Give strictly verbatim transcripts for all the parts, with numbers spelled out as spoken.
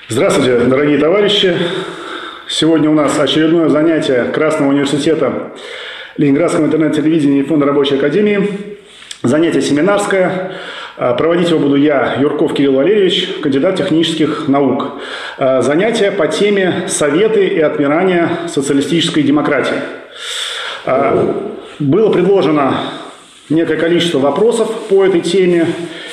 Здравствуйте, дорогие товарищи! Сегодня у нас очередное занятие Красного университета Ленинградского интернет-телевидения и Фонда Рабочей Академии. Занятие семинарское. Проводить его буду я, Юрков Кирилл Валерьевич, кандидат технических наук. Занятие по теме «Советы и отмирание социалистической демократии». Было предложено некое количество вопросов по этой теме,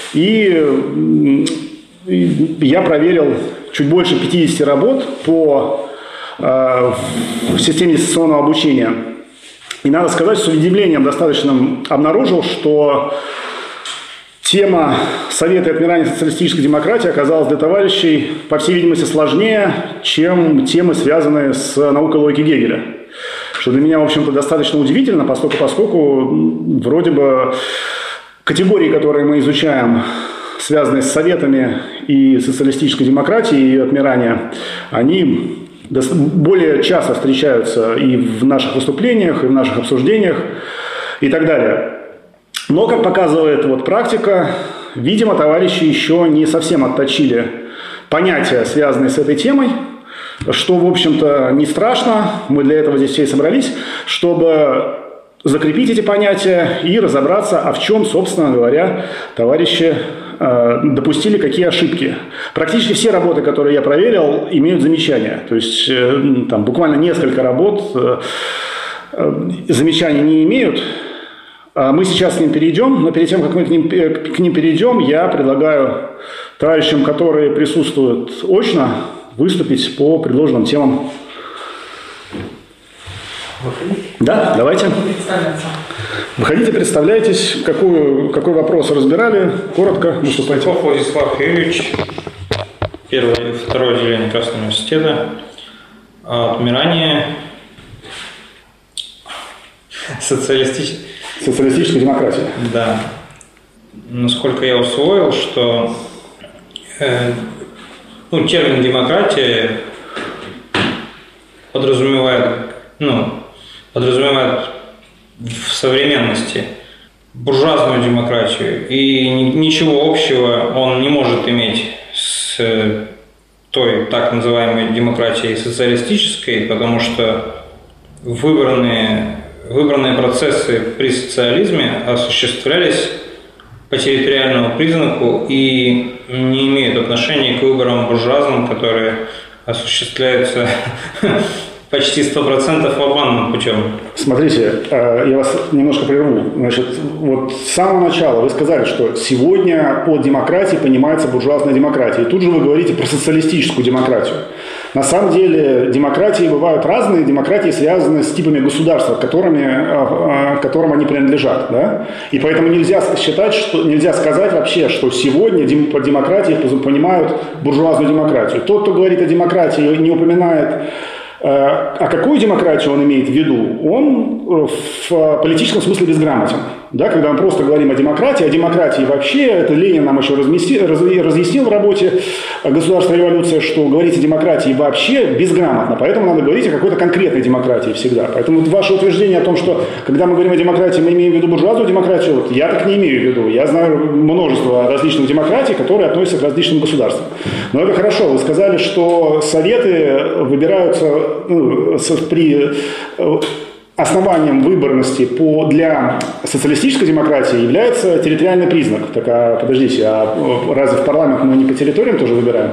и я проверил чуть больше пятидесяти работ по э, системе дистанционного обучения. И надо сказать, что с удивлением достаточным обнаружил, что тема «Советы и отмирание социалистической демократии» оказалась для товарищей, по всей видимости, сложнее, чем темы, связанные с наукой логики Гегеля. Что для меня, в общем-то, достаточно удивительно, поскольку, поскольку вроде бы категории, которые мы изучаем, связанные с советами и социалистической демократией и отмирания, они более часто встречаются и в наших выступлениях, и в наших обсуждениях, и так далее. Но, как показывает вот практика, видимо, товарищи еще не совсем отточили понятия, связанные с этой темой, что, в общем-то, не страшно, мы для этого здесь все и собрались, чтобы закрепить эти понятия и разобраться, а в чем, собственно говоря, товарищи э, допустили какие ошибки. Практически все работы, которые я проверил, имеют замечания. То есть э, там буквально несколько работ э, э, замечаний не имеют. Мы сейчас к ним перейдем, но перед тем, как мы к ним, к ним перейдем, я предлагаю товарищам, которые присутствуют очно, выступить по предложенным темам. Да, давайте. Выходите, представляйтесь, какую, какой вопрос разбирали, коротко выступайте. Шестаков Владислав Юрьевич, первое и второе отделение Красного университета, отмирание социалистической социалистической демократии. Да. Насколько я усвоил, что э, ну, термин демократия подразумевает, ну, подразумевает в современности буржуазную демократию, и ничего общего он не может иметь с той так называемой демократией социалистической, потому что выбранные, выбранные процессы при социализме осуществлялись по территориальному признаку и не имеют отношения к выборам буржуазным, которые осуществляются почти сто процентов обманным путем. Смотрите, я вас немножко прерву. Значит, вот с самого начала вы сказали, что сегодня под демократией понимается буржуазная демократия. И тут же вы говорите про социалистическую демократию. На самом деле демократии бывают разные. Демократии связаны с типами государства, которыми, которым они принадлежат. Да? И поэтому нельзя считать, что, нельзя сказать вообще, что сегодня под демократией понимают буржуазную демократию. Тот, кто говорит о демократии, не упоминает... А какую демократию он имеет в виду? Он в политическом смысле безграмотен. Да, когда мы просто говорим о демократии, о демократии вообще, это Ленин нам еще разъяснил, разъяснил в работе «Государственная революция», что говорить о демократии вообще безграмотно. Поэтому надо говорить о какой-то конкретной демократии всегда. Поэтому вот ваше утверждение о том, что когда мы говорим о демократии, мы имеем в виду буржуазную демократию, вот я так не имею в виду. Я знаю множество различных демократий, которые относятся к различным государствам. Но это хорошо. Вы сказали, что советы выбираются ну, при... Основанием выборности по, для социалистической демократии является территориальный признак. Так, а подождите, а разве в парламент мы не по территориям тоже выбираем?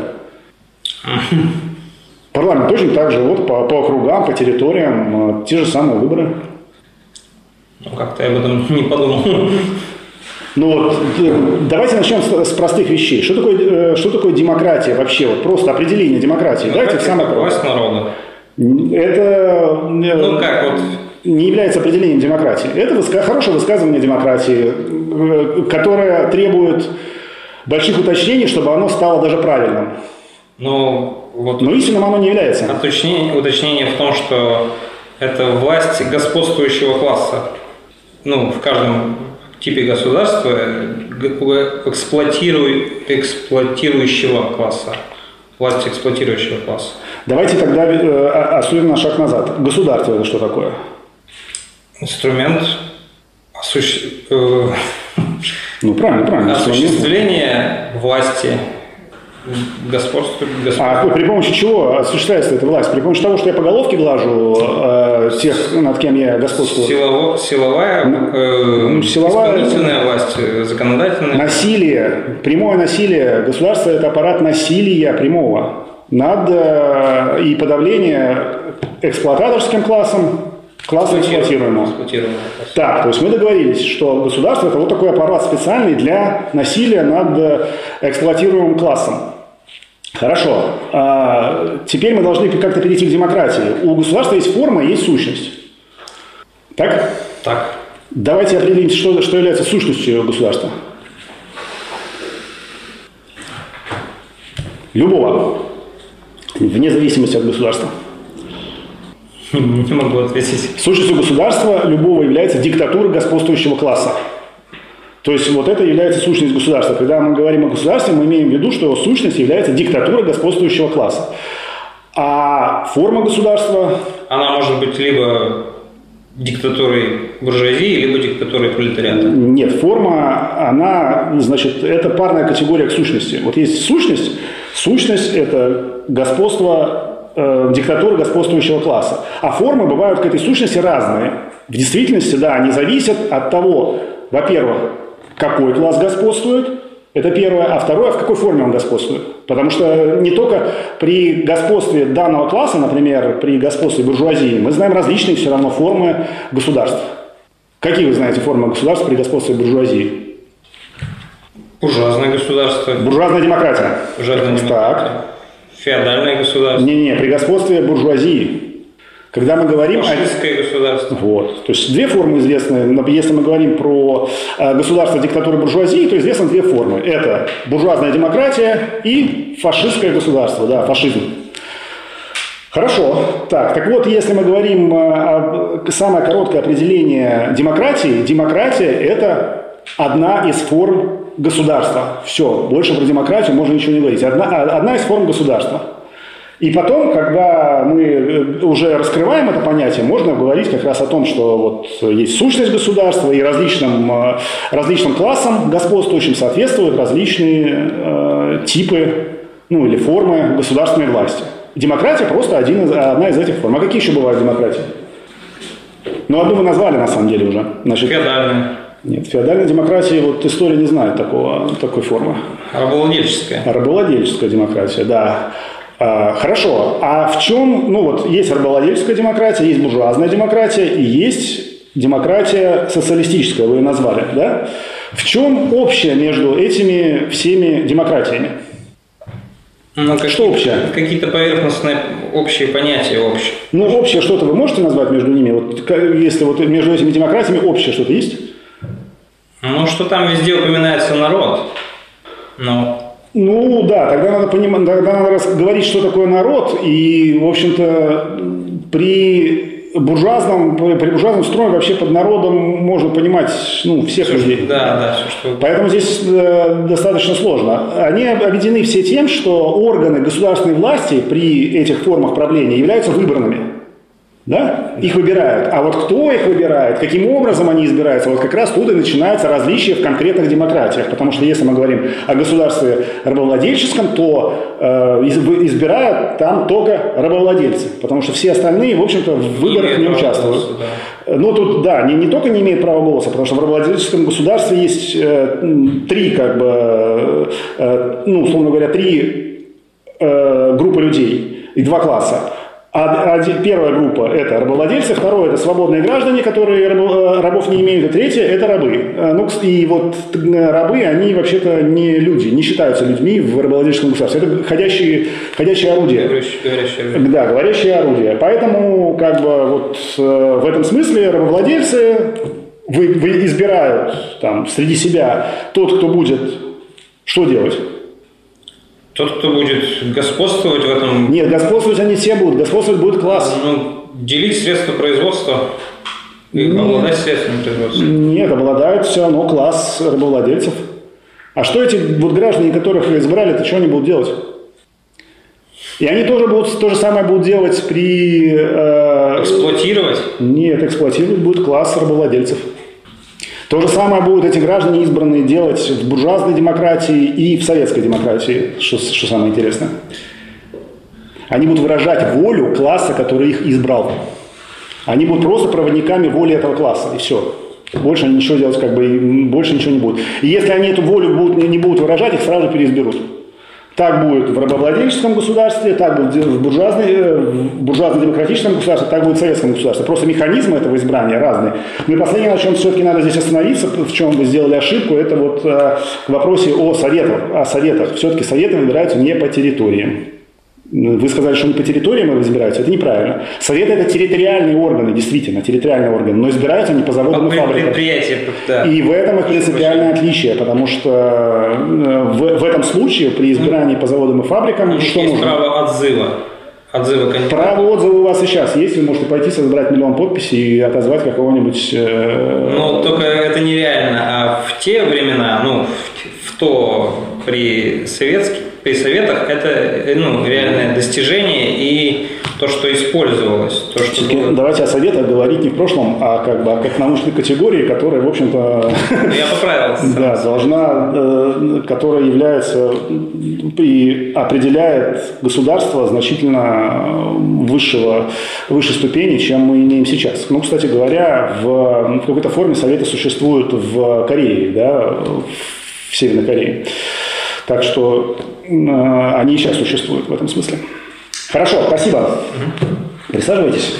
Парламент точно так же, вот по, по округам, по территориям, те же самые выборы. Ну, как-то я об этом не подумал. Ну вот, давайте начнем с, с простых вещей. Что такое, что такое демократия вообще? Вот просто определение демократии. Демократия – это власть народа. Это... Ну как, вот... не является определением демократии. Это выска... хорошее высказывание демократии, которое требует больших уточнений, чтобы оно стало даже правильным. Ну, вот Но истинным оно не является. Уточнение, уточнение в том, что это власть господствующего класса. Ну, в каждом типе государства эксплуатируй... эксплуатирующего класса. Власть эксплуатирующего класса. Давайте тогда э, осудим на шаг назад. Государство – это что такое? Инструмент осуществ... э... ну, правильно, правильно. осуществления власти господствует. А при помощи чего осуществляется эта власть? При помощи того, что я по головке глажу э, тех, над кем я господствую? Силово, силовая, э, силовая, исполнительная власть, законодательная. Насилие, прямое насилие. Государство – это аппарат насилия прямого над э, и подавление эксплуататорским классом, классом эксплуатируемого. Так, то есть мы договорились, что государство – это вот такой аппарат специальный для насилия над эксплуатируемым классом. Хорошо. А теперь мы должны как-то перейти к демократии. У государства есть форма, есть сущность. Так? Так. Давайте определим, что, что является сущностью государства. Любого. Вне зависимости от государства. Не могу ответить. Сущностью государства любого является диктатура господствующего класса. То есть вот это является сущность государства. Когда мы говорим о государстве, мы имеем в виду, что его сущность является диктатура господствующего класса. А форма государства... Она может быть либо диктатурой буржуазии, либо диктатурой пролетариата. Нет, форма, она, значит, это парная категория к сущности. Вот есть сущность. Сущность – это господство, э, диктатура господствующего класса. А формы бывают к этой сущности разные. В действительности, да, они зависят от того, во-первых, какой класс господствует, это первое, а второе, в какой форме он господствует. Потому что не только при господстве данного класса, например, при господстве буржуазии, мы знаем различные все равно формы государств. Какие вы знаете формы государств при господстве буржуазии? Буржуазное государство. Буржуазная демократия. Буржуазная демократия. Так. Феодальное государство. Не-не, при господстве буржуазии. Когда мы говорим фашистское о... государство. Вот. То есть две формы известны. Если мы говорим про государство диктатуры буржуазии, то известны две формы. Это буржуазная демократия и фашистское государство. Да, фашизм. Хорошо. Так, так вот, если мы говорим о... Самое короткое определение демократии. Демократия – это одна из форм государства. Все. Больше про демократию можно ничего не говорить. Одна, одна из форм государства. И потом, когда мы уже раскрываем это понятие, можно говорить как раз о том, что вот есть сущность государства, и различным, различным классам господствующим соответствуют различные э, типы, ну или формы государственной власти. Демократия просто один из, одна из этих форм. А какие еще бывают демократии? Ну, одну вы назвали на самом деле уже. Значит, феодальная. Нет, феодальной демократии вот история не знает такого, такой формы. Рабовладельческая. Рабовладельческая демократия, да. Хорошо, а в чем, ну вот есть рабовладельческая демократия, есть буржуазная демократия и есть демократия социалистическая, вы ее назвали, да? В чем общее между этими всеми демократиями? Ну, что общее? Какие-то поверхностные общие понятия общие. Ну, общее что-то вы можете назвать между ними? Вот, если вот между этими демократиями общее что-то есть? Ну, что там везде упоминается народ, но... Ну да, тогда надо понимать, тогда надо говорить, что такое народ, и, в общем-то, при буржуазном, при буржуазном строе вообще под народом можно понимать, ну, всех все, людей. Да, да, все, что... Поэтому здесь э, достаточно сложно. Они объединены все тем, что органы государственной власти при этих формах правления являются выбранными. Да? Их выбирают. А вот кто их выбирает, каким образом они избираются, вот как раз тут и начинается различие в конкретных демократиях. Потому что если мы говорим о государстве рабовладельческом, то э, избирают там только рабовладельцы. Потому что все остальные, в общем-то, в выборах не участвуют. Голоса, да. Ну тут, да, не, не только не имеют права голоса, потому что в рабовладельческом государстве есть э, три, как бы, э, ну, условно говоря, три э, группы людей и два класса. Один, первая группа – это рабовладельцы, второе – это свободные граждане, которые рабов не имеют, и третье – это рабы. Ну, и вот рабы, они вообще-то не люди, не считаются людьми в рабовладельческом государстве. Это ходящие, ходящие орудия. Говорящие орудия. Да, говорящие орудия. Поэтому, как бы, вот в этом смысле рабовладельцы вы, вы избирают там, среди себя тот, кто будет что делать? Тот, кто будет господствовать в этом... Нет, господствовать они все будут. Господствовать будет класс. Ну, делить средства производства и Нет. обладать средствами производства. Нет, обладают все равно класс рабовладельцев. А что эти вот граждане, которых избрали, то что они будут делать? И они тоже будут, то же самое будут делать при... Э... Эксплуатировать? Нет, эксплуатировать будет класс рабовладельцев. То же самое будут эти граждане избранные делать в буржуазной демократии и в советской демократии, что, что самое интересное. Они будут выражать волю класса, который их избрал. Они будут просто проводниками воли этого класса, и все. Больше они ничего делать, как бы, больше ничего не будут. И если они эту волю будут, не будут выражать, их сразу переизберут. Так будет в рабовладельческом государстве, так будет в, буржуазной, в буржуазно-демократическом государстве, так будет в советском государстве. Просто механизмы этого избрания разные. Ну и последнее, на чем все-таки надо здесь остановиться, в чем вы сделали ошибку, это вот э, в вопросе о советах. О советах. Все-таки советы выбираются не по территориям. Вы сказали, что не по территориям избираются. Это неправильно. Советы – это территориальные органы, действительно, территориальные органы, но избираются они по заводам и фабрикам. Да. И в этом их принципиальное отличие, потому что в, в этом случае при избирании по заводам и фабрикам ну, что есть нужно? Право отзыва. Отзыва кандидата. Право отзыва у вас и сейчас есть. Вы можете пойти собрать миллион подписей и отозвать какого-нибудь... Э... Ну, только это нереально. А в те времена, ну, в, в то при советских при советах это ну, реальное достижение и то, что использовалось. То, что было... Давайте о советах говорить не в прошлом, а как бы как научной категории, которая, в общем-то, я поправился. Да, должна, которая является и определяет государство значительно высшего, высшей ступени, чем мы имеем сейчас. Ну, кстати говоря, в, в какой-то форме советы существуют в Корее, да, в Северной Корее. Так что э, они и сейчас существуют в этом смысле. Хорошо, спасибо. Угу. Присаживайтесь.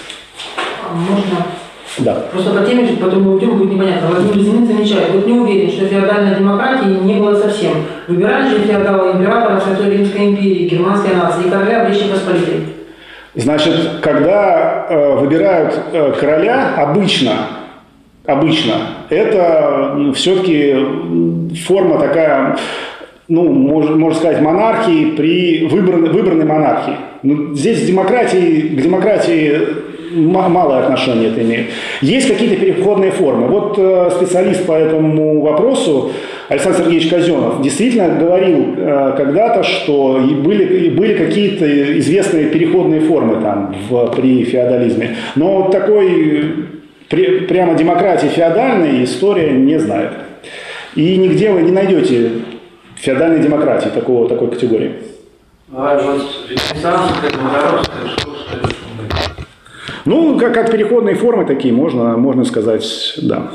Можно? Да. Просто по теме, потом мы уйдем, будет непонятно. Владимир Зенин замечает, вот не уверен, что феодальной демократии не было совсем. Выбирали же феодала императора Святой Римской империи, германской нации и короля в Речи Посполитой. Значит, когда э, выбирают э, короля, обычно, обычно, это ну, все-таки форма такая... ну, можно, можно сказать, монархии при выбранной, выбранной монархии. Но здесь демократии, к демократии малое отношение это имеет. Есть какие-то переходные формы. Вот э, специалист по этому вопросу Александр Сергеевич Казенов действительно говорил э, когда-то, что и были, и были какие-то известные переходные формы там в, при феодализме. Но вот такой при, прямо демократии феодальной история не знает. И нигде вы не найдете феодальной демократии, такого, такой категории. А вот ренессансская, новгородская, что скажешь? Ну, как, как переходные формы такие, можно, можно сказать, да.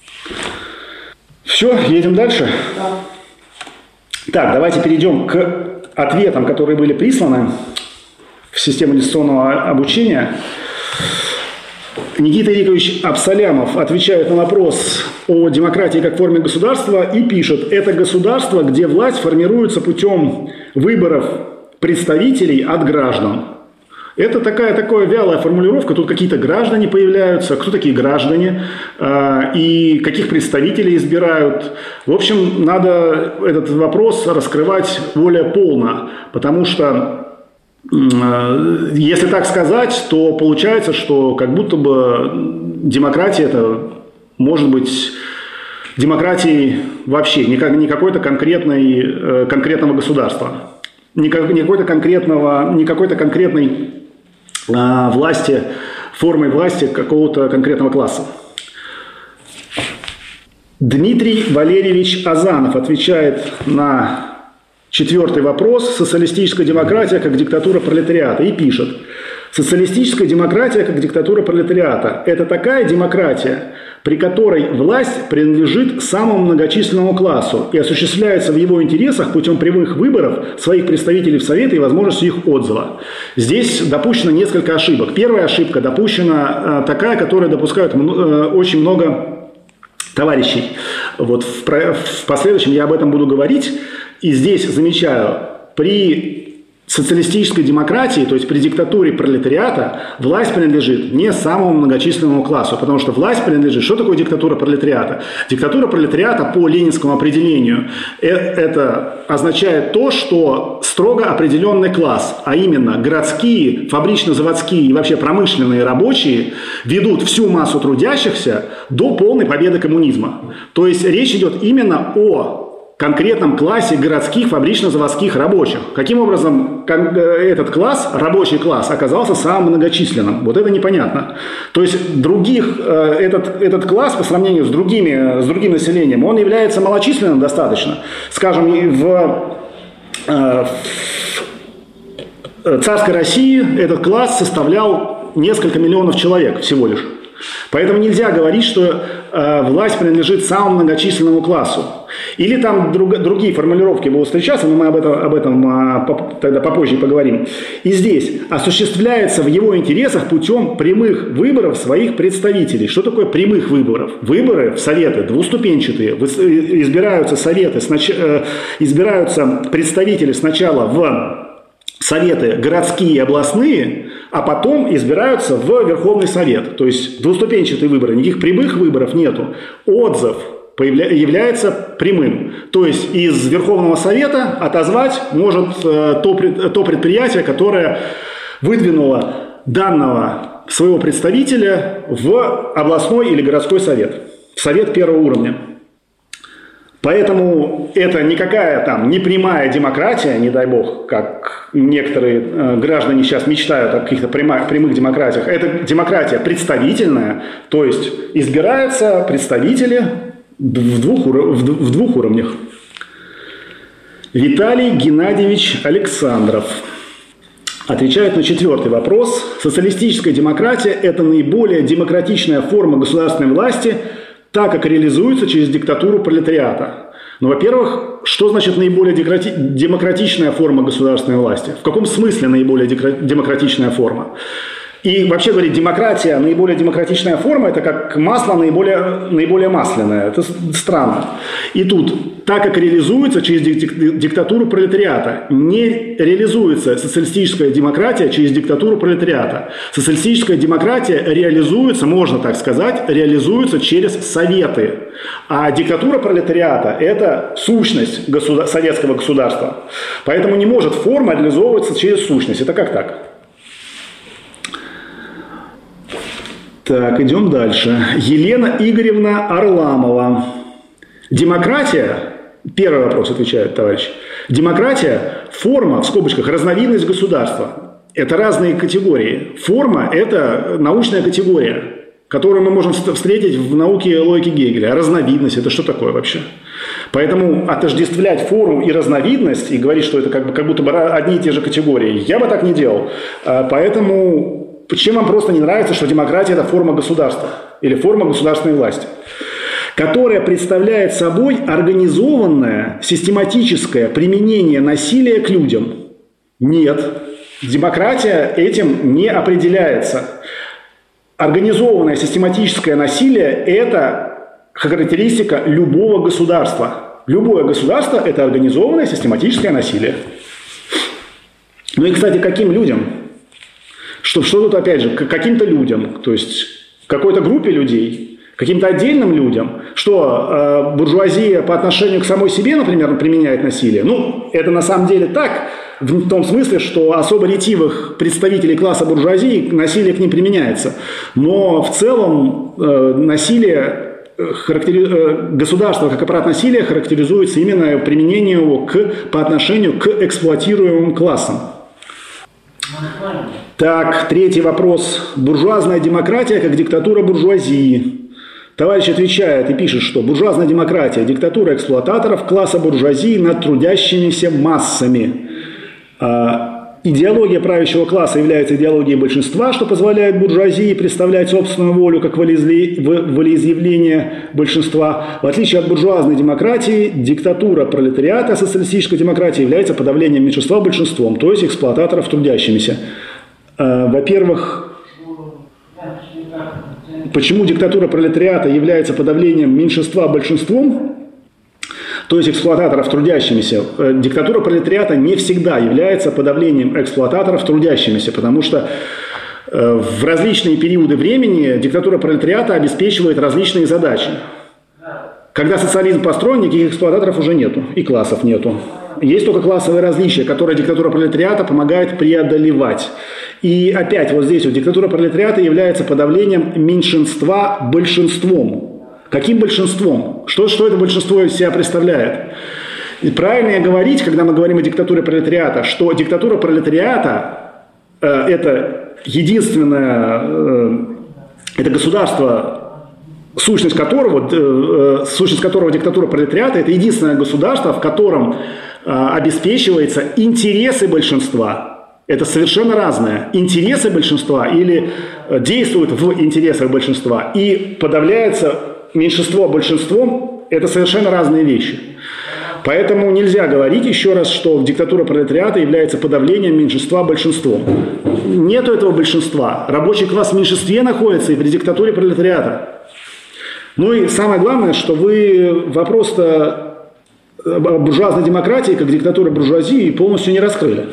Все, едем дальше? Да. Так, давайте перейдем к ответам, которые были присланы в систему дистанционного обучения. Никита Ирикович Абсалямов отвечает на вопрос о демократии как форме государства и пишет: это государство, где власть формируется путем выборов представителей от граждан. Это такая, такая вялая формулировка, тут какие-то граждане появляются, кто такие граждане и каких представителей избирают. В общем, надо этот вопрос раскрывать более полно, потому что если так сказать, то получается, что как будто бы демократия это может быть демократией вообще, не, как, не какой-то конкретной, конкретного государства, не, как, не какой-то конкретного, не какой-то конкретной а, власти, формой власти какого-то конкретного класса. Дмитрий Валерьевич Азанов отвечает на четвертый вопрос: социалистическая демократия как диктатура пролетариата, и пишет: социалистическая демократия как диктатура пролетариата – это такая демократия, при которой власть принадлежит самому многочисленному классу и осуществляется в его интересах путем прямых выборов своих представителей в Советы и возможности их отзыва. Здесь допущено несколько ошибок. Первая ошибка допущена э, такая, которая допускают э, очень много товарищей. Вот в, в последующем я об этом буду говорить. И здесь замечаю, при социалистической демократии, то есть при диктатуре пролетариата, власть принадлежит не самому многочисленному классу, потому что власть принадлежит... Что такое диктатура пролетариата? Диктатура пролетариата по ленинскому определению это означает то, что строго определенный класс, а именно городские, фабрично-заводские и вообще промышленные рабочие ведут всю массу трудящихся до полной победы коммунизма. То есть речь идет именно о конкретном классе городских фабрично-заводских рабочих. Каким образом этот класс, рабочий класс, оказался самым многочисленным? Вот это непонятно. То есть других, этот, этот класс по сравнению с, другими, с другим населением, он является малочисленным достаточно. Скажем, в, в царской России этот класс составлял несколько миллионов человек всего лишь. Поэтому нельзя говорить, что э, власть принадлежит самому многочисленному классу. Или там друг, другие формулировки будут встречаться, но мы об этом, об этом э, по, тогда попозже поговорим. И здесь осуществляется в его интересах путем прямых выборов своих представителей. Что такое прямых выборов? Выборы в советы двуступенчатые. Избираются советы, снач, э, избираются представители сначала в советы городские и областные, а потом избираются в Верховный Совет. То есть двуступенчатые выборы, никаких прямых выборов нету. Отзыв является прямым. То есть из Верховного Совета отозвать может то, то предприятие, которое выдвинуло данного своего представителя в областной или городской совет. Совет первого уровня. Поэтому это никакая там не прямая демократия, не дай бог, как некоторые э, граждане сейчас мечтают о каких-то прямых, прямых демократиях. Это демократия представительная, то есть избираются представители в двух, в, в двух уровнях. Виталий Геннадьевич Александров отвечает на четвертый вопрос. Социалистическая демократия – это наиболее демократичная форма государственной власти, так как реализуется через диктатуру пролетариата. Ну, во-первых, что значит наиболее демократичная форма государственной власти? В каком смысле наиболее демократичная форма? И вообще говорить, демократия, наиболее демократичная форма, это как масло наиболее, наиболее масляное. Это странно. И тут, так как реализуется через диктатуру пролетариата, не реализуется социалистическая демократия через диктатуру пролетариата. Социалистическая демократия реализуется, можно так сказать, реализуется через советы. А диктатура пролетариата – это сущность государ- советского государства. Поэтому не может форма реализовываться через сущность. Это как так? Так, идем дальше. Елена Игоревна Орламова. Демократия, первый вопрос отвечает товарищ. Демократия – форма, в скобочках, разновидность государства. Это разные категории. Форма – это научная категория, которую мы можем встретить в науке логики Гегеля. А разновидность – это что такое вообще? Поэтому отождествлять форму и разновидность и говорить, что это как, бы, как будто бы одни и те же категории, я бы так не делал. Поэтому... Чем вам просто не нравится, что демократия – это форма государства или форма государственной власти, которая представляет собой организованное систематическое применение насилия к людям? Нет. Демократия этим не определяется. Организованное систематическое насилие – это характеристика любого государства. Любое государство – это организованное систематическое насилие. Ну и, кстати, каким людям? Что, что тут, опять же, к каким-то людям, то есть какой-то группе людей, каким-то отдельным людям, что э, буржуазия по отношению к самой себе, например, применяет насилие. Ну, это на самом деле так, в том смысле, что особо ретивых представителей класса буржуазии насилие к ним применяется. Но в целом э, насилие, характери... э, государство как аппарат насилия характеризуется именно применением его к, по отношению к эксплуатируемым классам. Так, третий вопрос. Буржуазная демократия как диктатура буржуазии. Товарищ отвечает и пишет, что буржуазная демократия – диктатура эксплуататоров класса буржуазии над трудящимися массами. А, идеология правящего класса является идеологией большинства, что позволяет буржуазии представлять собственную волю как волеизъявление большинства. В отличие от буржуазной демократии, диктатура пролетариата, социалистическая демократия является подавлением меньшинства большинством, то есть эксплуататоров трудящимися. Во-первых, почему диктатура пролетариата является подавлением меньшинства большинством, то есть эксплуататоров трудящимися? Диктатура пролетариата не всегда является подавлением эксплуататоров трудящимися, потому что в различные периоды времени диктатура пролетариата обеспечивает различные задачи. Когда социализм построен, никаких эксплуататоров уже нету, и классов нету. Есть только классовые различия, которые диктатура пролетариата помогает преодолевать. И опять вот здесь вот диктатура пролетариата является подавлением меньшинства большинством. Каким большинством? Что, что это большинство из себя представляет? И правильнее говорить, когда мы говорим о диктатуре пролетариата, что диктатура пролетариата э, – это единственное, э, это государство, сущность которого, э, сущность которого диктатура пролетариата – это единственное государство, в котором э, обеспечиваются интересы большинства. Это совершенно разное. Интересы большинства или э, действуют в интересах большинства и подавляется меньшинство большинством – это совершенно разные вещи. Поэтому нельзя говорить еще раз, что диктатура пролетариата является подавлением меньшинства большинством. Нет этого большинства. Рабочий класс в меньшинстве находится и при диктатуре пролетариата. Ну и самое главное, что вы вопрос-то буржуазной демократии, как диктатуры буржуазии, полностью не раскрыли.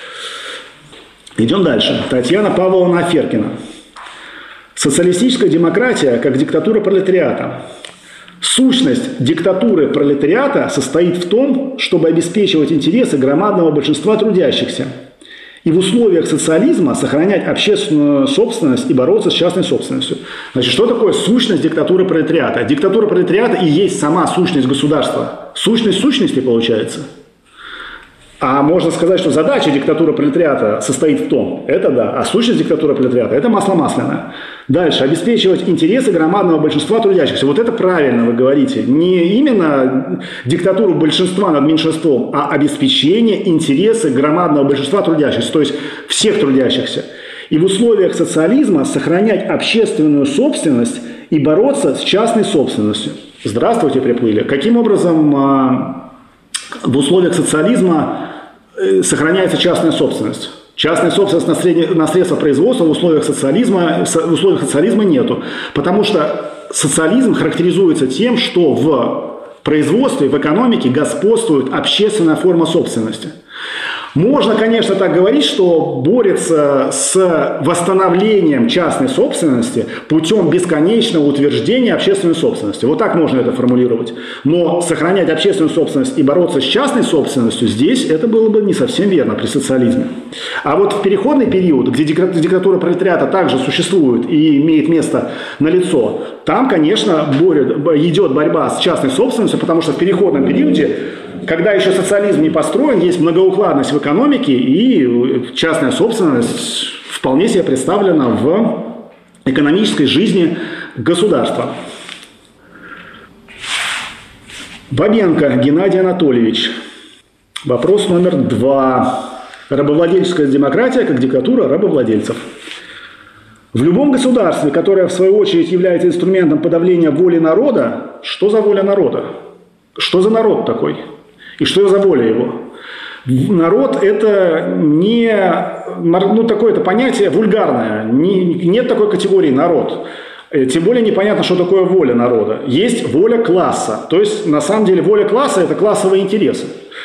Идем дальше. Татьяна Павловна Аферкина. Социалистическая демократия как диктатура пролетариата. Сущность диктатуры пролетариата состоит в том, чтобы обеспечивать интересы громадного большинства трудящихся и в условиях социализма сохранять общественную собственность и бороться с частной собственностью. Значит, что такое сущность диктатуры пролетариата? Диктатура пролетариата и есть сама сущность государства. Сущность сущности получается. А можно сказать, что задача диктатуры пролетариата состоит в том, это да, а сущность диктатуры пролетариата – это масло масляное. Дальше, обеспечивать интересы громадного большинства трудящихся. Вот это правильно вы говорите. Не именно диктатуру большинства над меньшинством, а обеспечение интересы громадного большинства трудящихся, то есть всех трудящихся. И в условиях социализма сохранять общественную собственность и бороться с частной собственностью. Здравствуйте, приплыли. Каким образом в условиях социализма сохраняется частная собственность? Частная собственность на, средне, на средства производства в условиях социализма, в условиях социализма нету. Потому что социализм характеризуется тем, что в производстве, в экономике господствует общественная форма собственности. Можно, конечно, так говорить, что борется с восстановлением частной собственности путем бесконечного утверждения общественной собственности. Вот так можно это формулировать. Но сохранять общественную собственность и бороться с частной собственностью здесь это было бы не совсем верно при социализме. А вот в переходный период, где диктатура пролетариата также существует и имеет место налицо, там, конечно, борет, идет борьба с частной собственностью, потому что в переходном периоде, когда еще социализм не построен, есть многоукладность в экономике, и частная собственность вполне себе представлена в экономической жизни государства. Бабенко Геннадий Анатольевич. Вопрос номер два. Рабовладельческая демократия как диктатура рабовладельцев. В любом государстве, которое в свою очередь является инструментом подавления воли народа, что за воля народа? Что за народ такой? И что за воля его? Народ – это не ну, такое-то понятие вульгарное. Не, нет такой категории народ. Тем более непонятно, что такое воля народа. Есть воля класса. То есть, на самом деле, воля класса – это классовые интересы.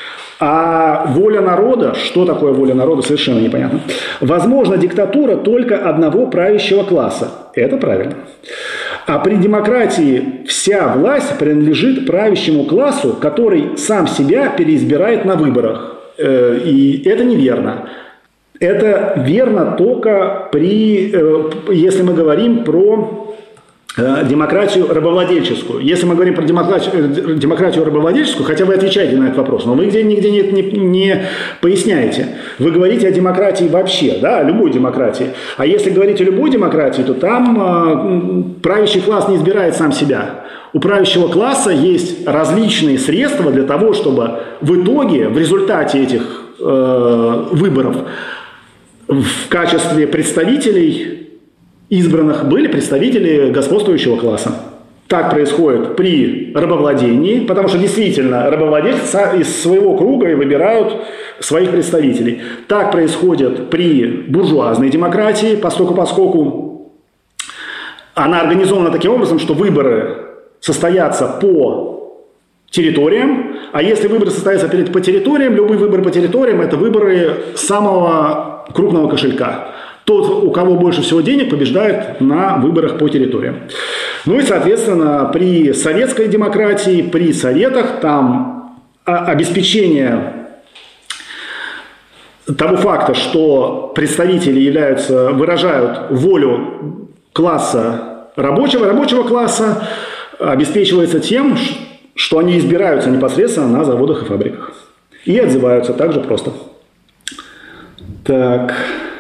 А воля народа, что такое воля народа, совершенно непонятно. Возможно, диктатура только одного правящего класса. Это правильно. А при демократии вся власть принадлежит правящему классу, который сам себя переизбирает на выборах. И это неверно. Это верно только при, если мы говорим про демократию рабовладельческую. Если мы говорим про демократию, демократию рабовладельческую, хотя вы отвечаете на этот вопрос, но вы нигде, нигде не, не, не поясняете. Вы говорите о демократии вообще, да, о любой демократии. А если говорить о любой демократии, то там э, правящий класс не избирает сам себя. У правящего класса есть различные средства для того, чтобы в итоге, в результате этих э, выборов, в качестве представителей избранных были представители господствующего класса. Так происходит при рабовладении, потому что действительно рабовладельцы из своего круга и выбирают своих представителей. Так происходит при буржуазной демократии, поскольку, поскольку она организована таким образом, что выборы состоятся по территориям, а если выборы состоятся по территориям, любые выборы по территориям – это выборы самого крупного кошелька. Тот, у кого больше всего денег, побеждает на выборах по территориям. Ну и, соответственно, при советской демократии, при советах, там обеспечение того факта, что представители являются, выражают волю класса рабочего, рабочего класса, обеспечивается тем, что они избираются непосредственно на заводах и фабриках. И отзываются так же просто. Так.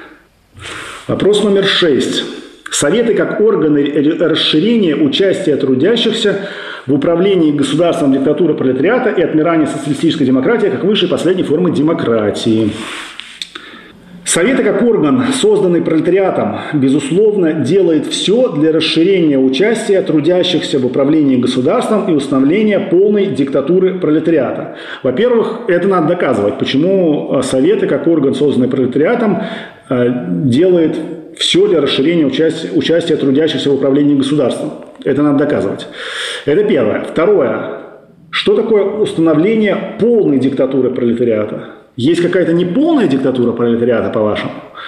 Вопрос номер шесть. Советы как органы расширения участия трудящихся в управлении государством, диктатуры пролетариата и отмирания социалистической демократии как высшей последней формы демократии. Советы как орган, созданный пролетариатом, безусловно, делает все для расширения участия трудящихся в управлении государством и установления полной диктатуры пролетариата. Во-первых, это надо доказывать, почему Советы как орган, созданный пролетариатом, делает все для расширения участия, участия трудящихся в управлении государством. Это надо доказывать. Это первое. Второе. Что такое установление полной диктатуры пролетариата? Есть какая-то неполная диктатура пролетариата, по-вашему?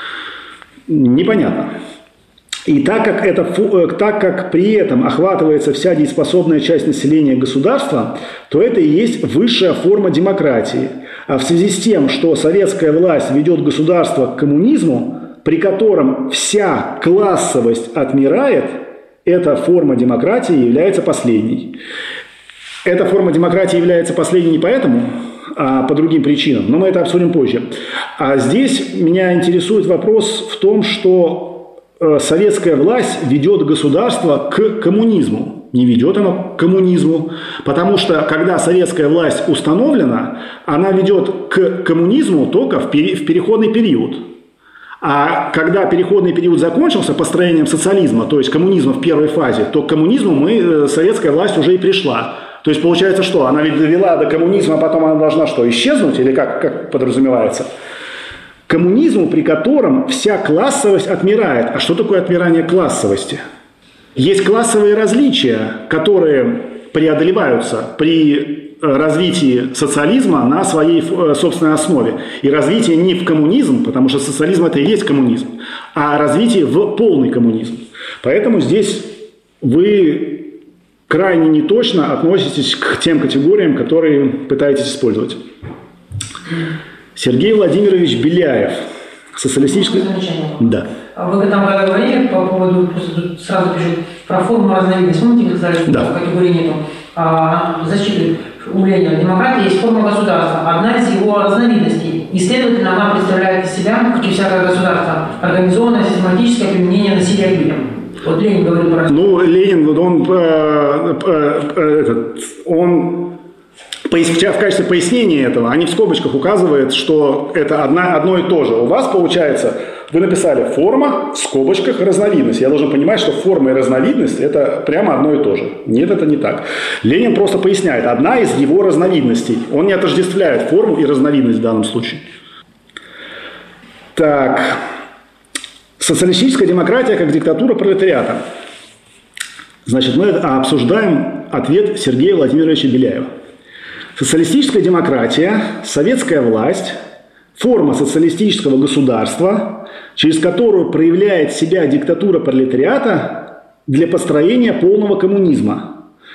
Непонятно. И так как, это, так как при этом охватывается вся дееспособная часть населения государства, то это и есть высшая форма демократии. А в связи с тем, что советская власть ведет государство к коммунизму, при котором вся классовость отмирает, эта форма демократии является последней. Эта форма демократии является последней не поэтому, а по другим причинам, но мы это обсудим позже. А здесь меня интересует вопрос в том, что советская власть ведет государство к коммунизму. Не ведет оно к коммунизму, потому что когда советская власть установлена, она ведет к коммунизму только в переходный период. А когда переходный период закончился построением социализма, то есть коммунизма в первой фазе, то к коммунизму мы, советская власть уже и пришла. То есть получается что? Она ведь довела до коммунизма, а потом она должна что, исчезнуть? Или как, как подразумевается? Коммунизму, при котором вся классовость отмирает. А что такое отмирание классовости? Есть классовые различия, которые преодолеваются при развитии социализма на своей собственной основе. И развитие не в коммунизм, потому что социализм это и есть коммунизм, а развитие в полный коммунизм. Поэтому здесь вы крайне неточно относитесь к тем категориям, которые пытаетесь использовать. Сергей Владимирович Беляев. Социалистическое... Да. Вы там когда говорили по поводу, сразу пишут, про форму разновидности. Помните, вы сказали, что да. в категории нету а, защиты у Ленина демократии есть форма государства, одна из его разновидностей. И, следовательно, она представляет из себя, как и всякое государство, организованное систематическое применение насилия к людям. Вот Ленин говорил про... Ну, Ленин, он, э, э, э, этот, он в качестве пояснения этого, они в скобочках указывают, что это одна, одно и то же. У вас получается, вы написали форма, в скобочках, разновидность. Я должен понимать, что форма и разновидность – это прямо одно и то же. Нет, это не так. Ленин просто поясняет, одна из его разновидностей. Он не отождествляет форму и разновидность в данном случае. Так. Социалистическая демократия как диктатура пролетариата. Значит, мы обсуждаем ответ Сергея Владимировича Беляева. Социалистическая демократия, советская власть, форма социалистического государства, через которую проявляет себя диктатура пролетариата для построения полного коммунизма.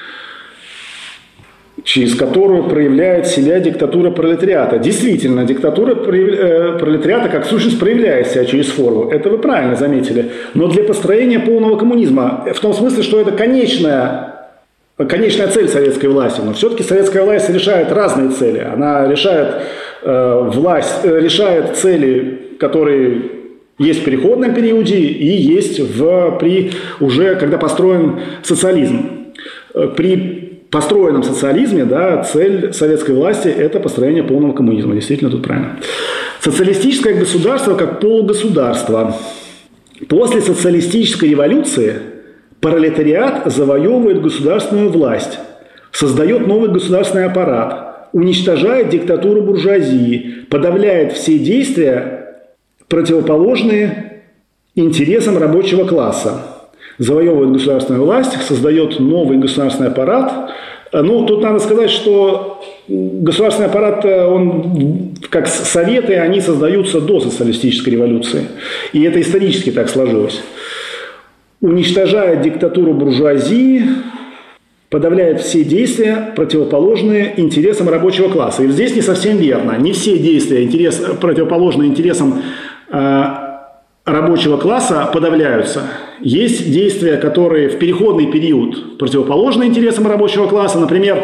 Через которую проявляет себя диктатура пролетариата. Действительно, диктатура пролетариата как сущность проявляет себя через форму. Это вы правильно заметили. Но для построения полного коммунизма, в том смысле, что это конечная, конечная цель советской власти. Но все-таки советская власть решает разные цели. Она решает, э, власть, э, решает цели, которые есть в переходном периоде и есть в, при, уже когда построен социализм. При построенном социализме, да, цель советской власти – это построение полного коммунизма. Действительно, тут правильно. Социалистическое государство как полугосударство. После социалистической революции пролетариат завоевывает государственную власть, создает новый государственный аппарат, уничтожает диктатуру буржуазии, подавляет все действия, противоположные интересам рабочего класса. Завоевывает государственную власть, создает новый государственный аппарат. Ну, тут надо сказать, что государственный аппарат, он, как советы, они создаются до социалистической революции. И это исторически так сложилось. Уничтожает диктатуру буржуазии, подавляет все действия, противоположные интересам рабочего класса. И здесь не совсем верно. Не все действия, интерес, противоположные интересам э, рабочего класса подавляются. Есть действия, которые в переходный период противоположны интересам рабочего класса. Например,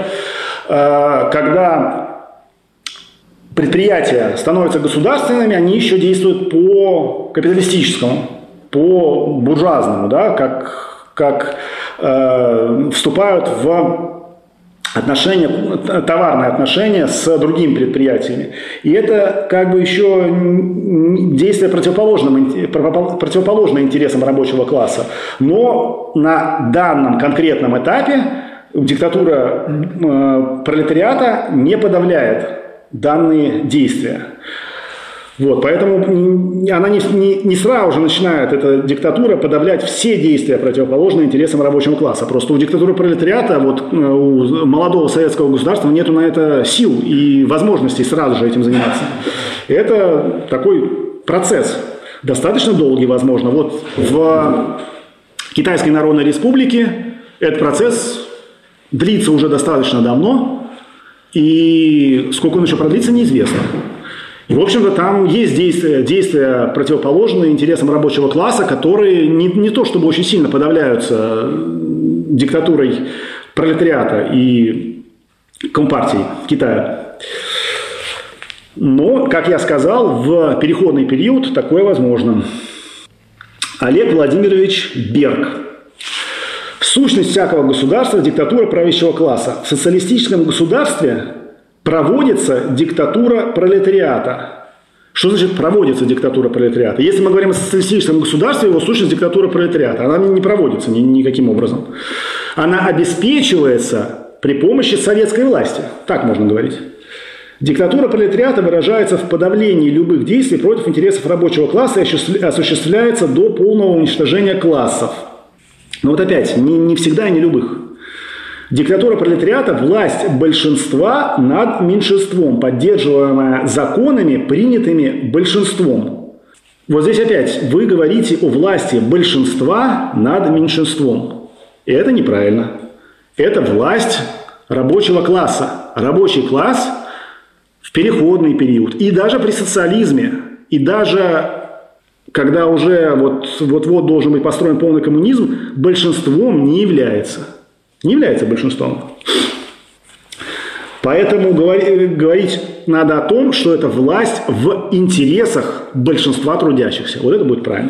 когда предприятия становятся государственными, они еще действуют по капиталистическому, по буржуазному, да, как, как э, вступают в отношения, товарные отношения с другими предприятиями. И это как бы еще действие противоположное интересам рабочего класса. Но на данном конкретном этапе диктатура э, пролетариата не подавляет данные действия. Вот, поэтому она не, не, не сразу же начинает, эта диктатура, подавлять все действия, противоположные интересам рабочего класса. Просто у диктатуры пролетариата, вот, у молодого советского государства нету на это сил и возможностей сразу же этим заниматься. Это такой процесс, достаточно долгий, возможно. Вот в Китайской Народной Республике этот процесс длится уже достаточно давно, и сколько он еще продлится, неизвестно. И, в общем-то, там есть действия, действия противоположные интересам рабочего класса, которые не, не то чтобы очень сильно подавляются диктатурой пролетариата и компартией Китая. Но, как я сказал, в переходный период такое возможно. Олег Владимирович Берг. Сущность всякого государства – диктатура правящего класса. В социалистическом государстве проводится диктатура пролетариата. Что значит проводится диктатура пролетариата? Если мы говорим о социалистическом государстве, его сущность диктатура пролетариата. Она не проводится ни, никаким образом. Она обеспечивается при помощи советской власти. Так можно говорить. Диктатура пролетариата выражается в подавлении любых действий против интересов рабочего класса и осуществляется до полного уничтожения классов. Но вот опять, не, не всегда и не любых. Диктатура пролетариата – власть большинства над меньшинством, поддерживаемая законами, принятыми большинством. Вот здесь опять вы говорите о власти большинства над меньшинством. И это неправильно. Это власть рабочего класса. Рабочий класс в переходный период. И даже при социализме, и даже когда уже вот-вот должен быть построен полный коммунизм, большинством не является. Не является большинством. Поэтому говорить надо о том, что это власть в интересах большинства трудящихся. Вот это будет правильно.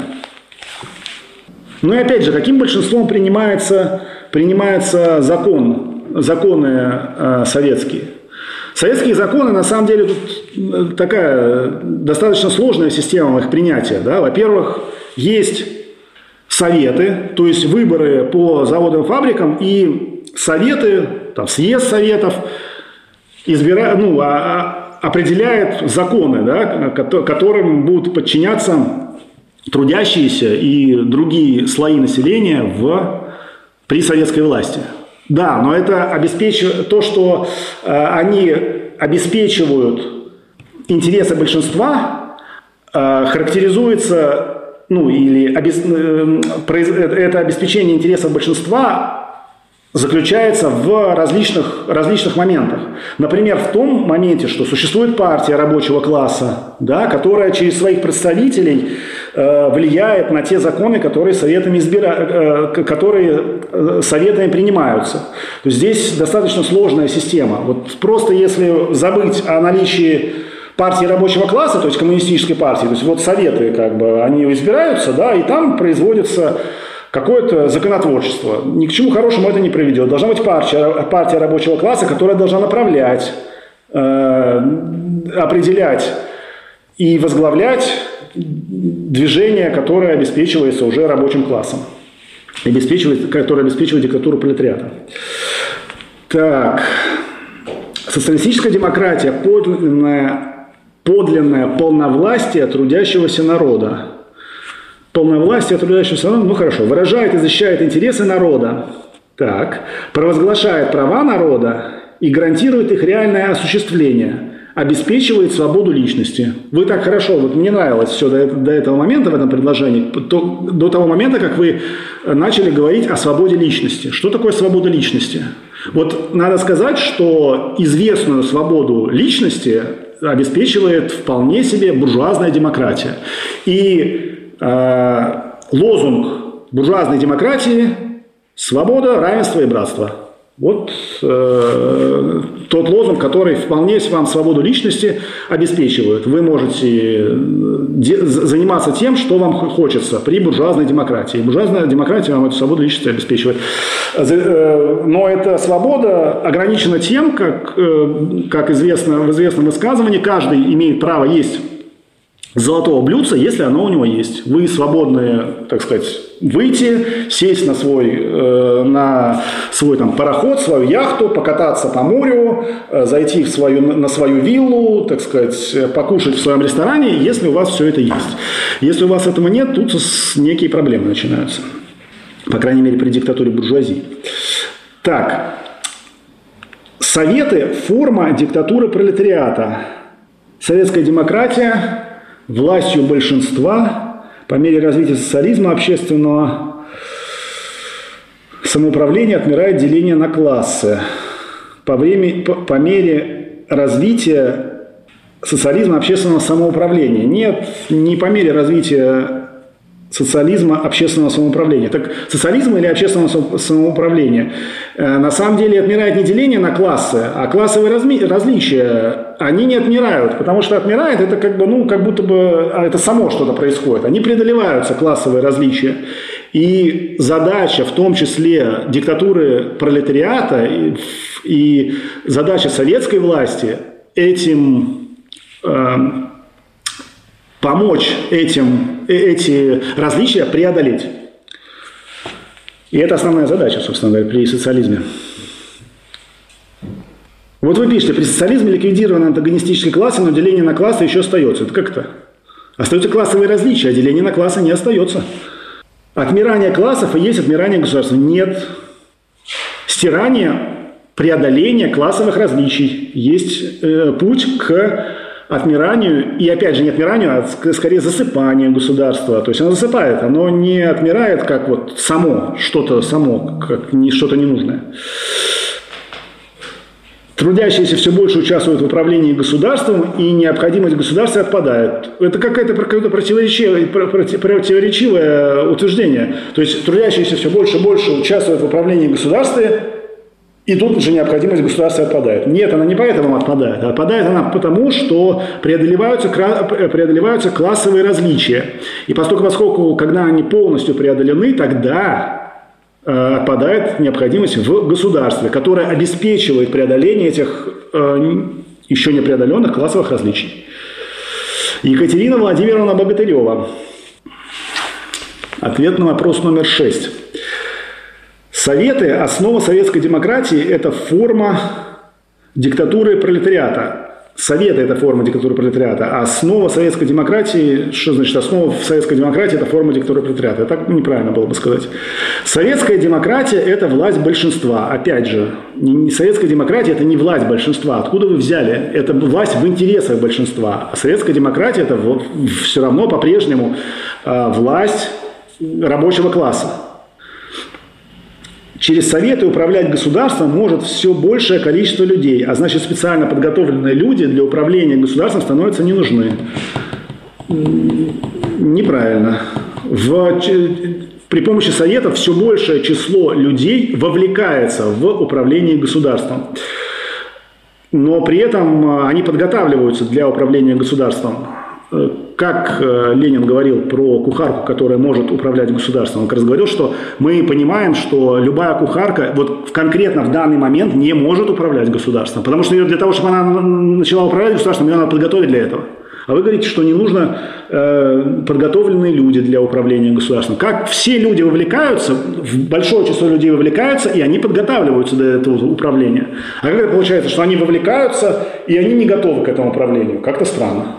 Ну и опять же, каким большинством принимается, принимается закон, законы э, советские? Советские законы, на самом деле, тут такая достаточно сложная система их принятия. Да? Во-первых, есть советы, то есть выборы по заводам и фабрикам, и советы, там, съезд советов избира, ну, а, а, определяет законы, да, которым будут подчиняться трудящиеся и другие слои населения в, при советской власти. Да, но это обеспечивает то, что э, они обеспечивают интересы большинства, э, характеризуется, ну, или обес... э, произ... это обеспечение интересов большинства заключается в различных, различных моментах. Например, в том моменте, что существует партия рабочего класса, да, которая через своих представителей э, влияет на те законы, которые советами, избира... э, которые э, советами принимаются. То есть здесь достаточно сложная система. Вот просто если забыть о наличии партии рабочего класса, то есть коммунистической партии, то есть вот советы, как бы, они избираются, да, и там производится какое-то законотворчество. Ни к чему хорошему это не приведет. Должна быть партия, партия рабочего класса, которая должна направлять, э, определять и возглавлять движение, которое обеспечивается уже рабочим классом, обеспечивает, которое обеспечивает диктатуру пролетариата. Так. Социалистическая демократия – подлинное, подлинное полновластие трудящегося народа. Полновластие трудящегося народа, ну хорошо, выражает и защищает интересы народа, так, провозглашает права народа и гарантирует их реальное осуществление, обеспечивает свободу личности. Вы так хорошо, вот мне нравилось все до, до этого момента в этом предложении, то, до того момента, как вы начали говорить о свободе личности. Что такое свобода личности? Вот надо сказать, что известную свободу личности обеспечивает вполне себе буржуазная демократия. И э, лозунг буржуазной демократии – свобода, равенство и братство. Вот э, тот лозунг, который вполне вам свободу личности обеспечивает. Вы можете де- заниматься тем, что вам хочется при буржуазной демократии. Буржуазная демократия вам эту свободу личности обеспечивает. Но эта свобода ограничена тем, как, э, как известно в известном высказывании, каждый имеет право есть золотого блюдца, если оно у него есть. Вы свободны, так сказать, выйти, сесть на свой, э, на свой там, пароход, свою яхту, покататься по морю, э, зайти в свою, на свою виллу, так сказать, покушать в своем ресторане, если у вас все это есть. Если у вас этого нет, тут некие проблемы начинаются. По крайней мере, при диктатуре буржуазии. Так. Советы – форма диктатуры пролетариата. Советская демократия – властью большинства, по мере развития социализма общественного самоуправления отмирает деление на классы. По, время, по, по мере развития социализма общественного самоуправления. Нет, не по мере развития социализма общественного самоуправления. Так социализм или общественного самоуправления? На самом деле отмирает не деление на классы, а классовые разми- различия. Они не отмирают, потому что отмирает это как бы, ну, как будто бы это само что-то происходит. Они преодолеваются, классовые различия. И задача, в том числе диктатуры пролетариата и, и задача советской власти этим э, помочь этим, эти различия преодолеть. И это основная задача, собственно говоря, при социализме. Вот вы пишете, при социализме ликвидированы антагонистические классы, но деление на классы еще остается. Это как это? Остаются классовые различия, а деление на классы не остается. Отмирание классов и есть отмирание государства. Нет. Стирание, преодоление классовых различий. Есть э, путь к отмиранию, и опять же не отмиранию, а скорее засыпанию государства. То есть оно засыпает, оно не отмирает как вот само, что-то само, как не, что-то ненужное. Трудящиеся все больше участвуют в управлении государством, и необходимость государства отпадает. Это какое-то, какое-то противоречивое, противоречивое утверждение. То есть трудящиеся все больше и больше участвуют в управлении государством, и тут же необходимость государства отпадает. Нет, она не поэтому отпадает. Отпадает она потому, что преодолеваются, преодолеваются классовые различия. И поскольку, поскольку, когда они полностью преодолены, тогда отпадает необходимость в государстве, которое обеспечивает преодоление этих э, еще не преодоленных классовых различий. Екатерина Владимировна Богатырева. Ответ на вопрос номер шесть. Советы, основа советской демократии – это форма диктатуры пролетариата. Советы – это форма диктатуры пролетариата, а основа советской демократии, что значит основа советской демократии – это форма диктатуры пролетариата. Так неправильно было бы сказать. Советская демократия – это власть большинства. Опять же, не, советская демократия – это не власть большинства. Откуда вы взяли? Это власть в интересах большинства. А советская демократия – это все равно по-прежнему э, власть рабочего класса. Через советы управлять государством может все большее количество людей, а значит специально подготовленные люди для управления государством становятся не нужны. Неправильно. В, при помощи советов все большее число людей вовлекается в управление государством. Но при этом они подготавливаются для управления государством. Как Ленин говорил про кухарку, которая может управлять государством, он как раз говорил, что мы понимаем, что любая кухарка вот конкретно в данный момент не может управлять государством, потому что для того, чтобы она начала управлять государством, ее надо подготовить для этого. А вы говорите, что не нужно э, подготовленные люди для управления государством. Как все люди вовлекаются, большое число людей вовлекаются, и они подготавливаются для этого управления. А как это получается, что они вовлекаются, и они не готовы к этому управлению? Как-то странно.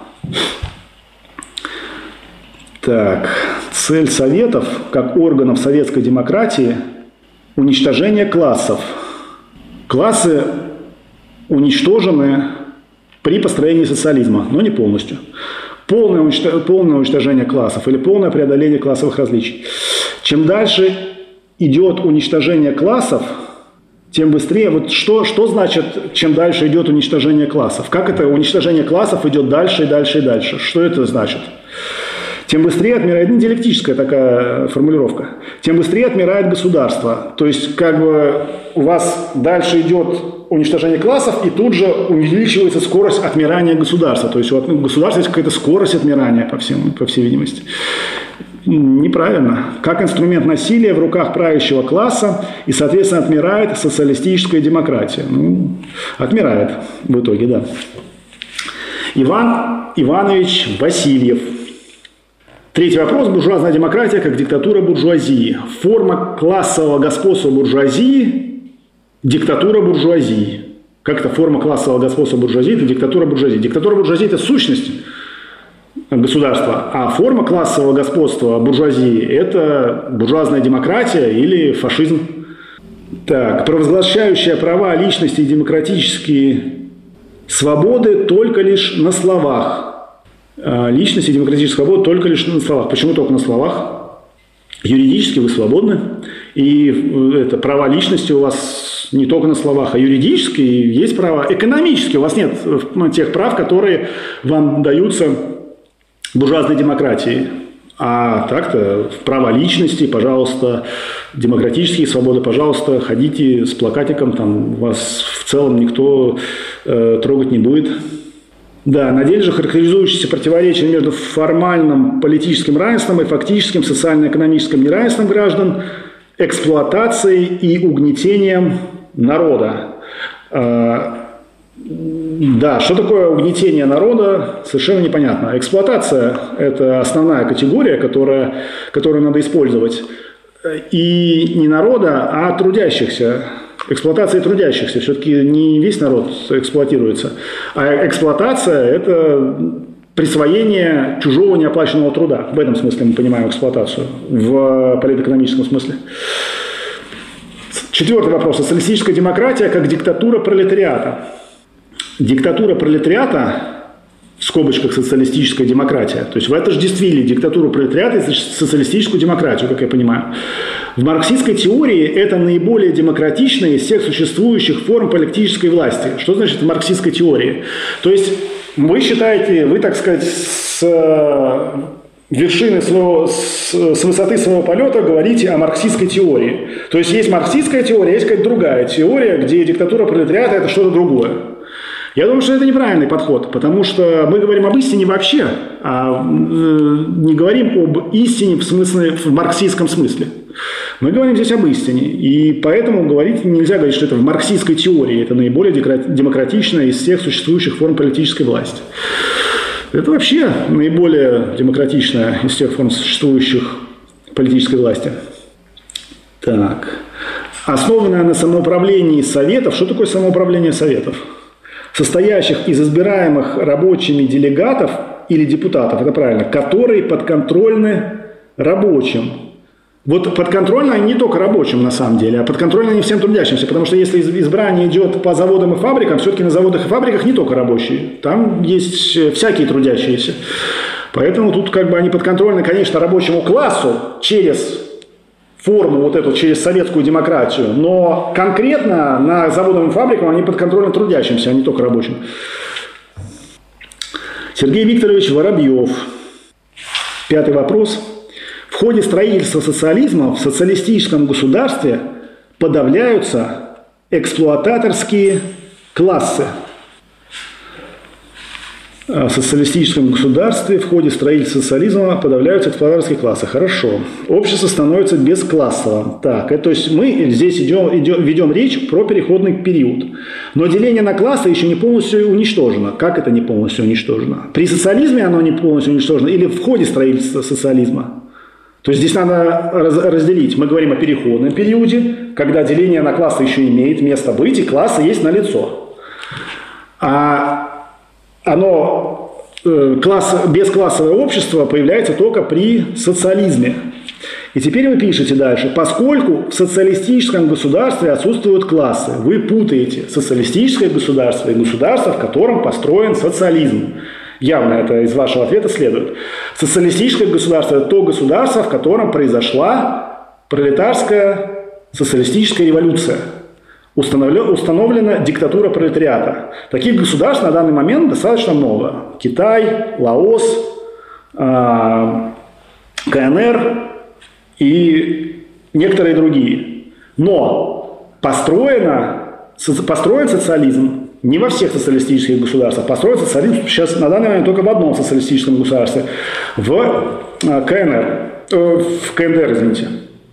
Так, цель советов, как органов советской демократии, уничтожение классов. Классы уничтожены при построении социализма, но не полностью. Полное уничтожение, полное уничтожение классов или полное преодоление классовых различий. Чем дальше идет уничтожение классов, тем быстрее. Вот что, что значит, чем дальше идет уничтожение классов? Как это уничтожение классов идет дальше и дальше и дальше? Что это значит? тем быстрее отмирает, ну, диалектическая такая формулировка, тем быстрее отмирает государство. То есть, как бы у вас дальше идет уничтожение классов, и тут же увеличивается скорость отмирания государства. То есть, у государства есть какая-то скорость отмирания, по, всем, по всей видимости. Неправильно. Как инструмент насилия в руках правящего класса, и, соответственно, отмирает социалистическая демократия. Ну, отмирает в итоге, да. Иван Иванович Васильев. Третий вопрос. Буржуазная демократия как диктатура буржуазии. Форма классового господства буржуазии – диктатура буржуазии. Как это форма классового господства буржуазии – это диктатура буржуазии. Диктатура буржуазии – это сущность государства, а форма классового господства буржуазии – это буржуазная демократия или фашизм. Так, провозглашающая права личности и демократические свободы только лишь на словах. Личность и демократические свободы только лишь на словах. Почему только на словах? Юридически вы свободны, и это права личности у вас не только на словах, а юридически есть права. Экономически у вас нет тех прав, которые вам даются буржуазной демократии. А так-то права личности, пожалуйста, демократические свободы, пожалуйста, ходите с плакатиком, там вас в целом никто э, трогать не будет. Да, на деле же характеризующиеся противоречия между формальным политическим равенством и фактическим социально-экономическим неравенством граждан, эксплуатацией и угнетением народа. Да, что такое угнетение народа, совершенно непонятно. Эксплуатация – это основная категория, которая, которую надо использовать. И не народа, а трудящихся. Эксплуатация трудящихся. Все-таки не весь народ эксплуатируется. А эксплуатация – это присвоение чужого неоплаченного труда. В этом смысле мы понимаем эксплуатацию, в политэкономическом смысле. Четвертый вопрос. Социалистическая демократия как диктатура пролетариата. Диктатура пролетариата, в скобочках социалистическая демократия, то есть вы отождествили диктатуру пролетариата и социалистическую демократию, как я понимаю. В марксистской теории это наиболее демократичная из всех существующих форм политической власти. Что значит в марксистской теории? То есть вы считаете, вы, так сказать, с вершины своего, с, с высоты своего полета говорите о марксистской теории. То есть есть марксистская теория, есть какая-то другая теория, где диктатура пролетариата – это что-то другое. Я думаю, что это неправильный подход, потому что мы говорим об истине вообще, а не говорим об истине в смысле, в марксистском смысле. Мы говорим здесь об истине, и поэтому говорить, нельзя говорить, что это в марксистской теории, это наиболее демократичная из всех существующих форм политической власти. Это вообще наиболее демократичная из всех форм существующих политической власти. Так. Основанная на самоуправлении советов. Что такое самоуправление советов? Состоящих из избираемых рабочими делегатов или депутатов, это правильно, которые подконтрольны рабочим. Вот подконтрольны они не только рабочим на самом деле, а подконтрольны они всем трудящимся, потому что если избрание идет по заводам и фабрикам, все-таки на заводах и фабриках не только рабочие, там есть всякие трудящиеся. Поэтому тут как бы они подконтрольны, конечно, рабочему классу через форму вот эту, через советскую демократию, но конкретно на заводах и фабриках они подконтрольны трудящимся, а не только рабочим. Сергей Викторович Воробьев. Пятый вопрос. В ходе строительства социализма в социалистическом государстве подавляются эксплуататорские классы. В социалистическом государстве в ходе строительства социализма подавляются эксплуататорские классы. Хорошо. Общество становится бесклассовым. Так, это, то есть мы здесь идем, идем, ведем речь про переходный период. Но деление на классы еще не полностью уничтожено. Как это не полностью уничтожено? При социализме оно не полностью уничтожено или в ходе строительства социализма? То есть здесь надо раз, разделить. Мы говорим о переходном периоде, когда деление на классы еще имеет место быть, и классы есть налицо. А оно, класс, бесклассовое общество появляется только при социализме. И теперь вы пишете дальше. Поскольку в социалистическом государстве отсутствуют классы, вы путаете социалистическое государство и государство, в котором построен социализм. Явно это из вашего ответа следует. Социалистическое государство – это то государство, в котором произошла пролетарская социалистическая революция. Установлена диктатура пролетариата. Таких государств на данный момент достаточно много. Китай, Лаос, КНР и некоторые другие. Но построено, построен социализм не во всех социалистических государствах. Построен социализм сейчас на данный момент только в одном социалистическом государстве. В КНР. Э, в КНДР, извините.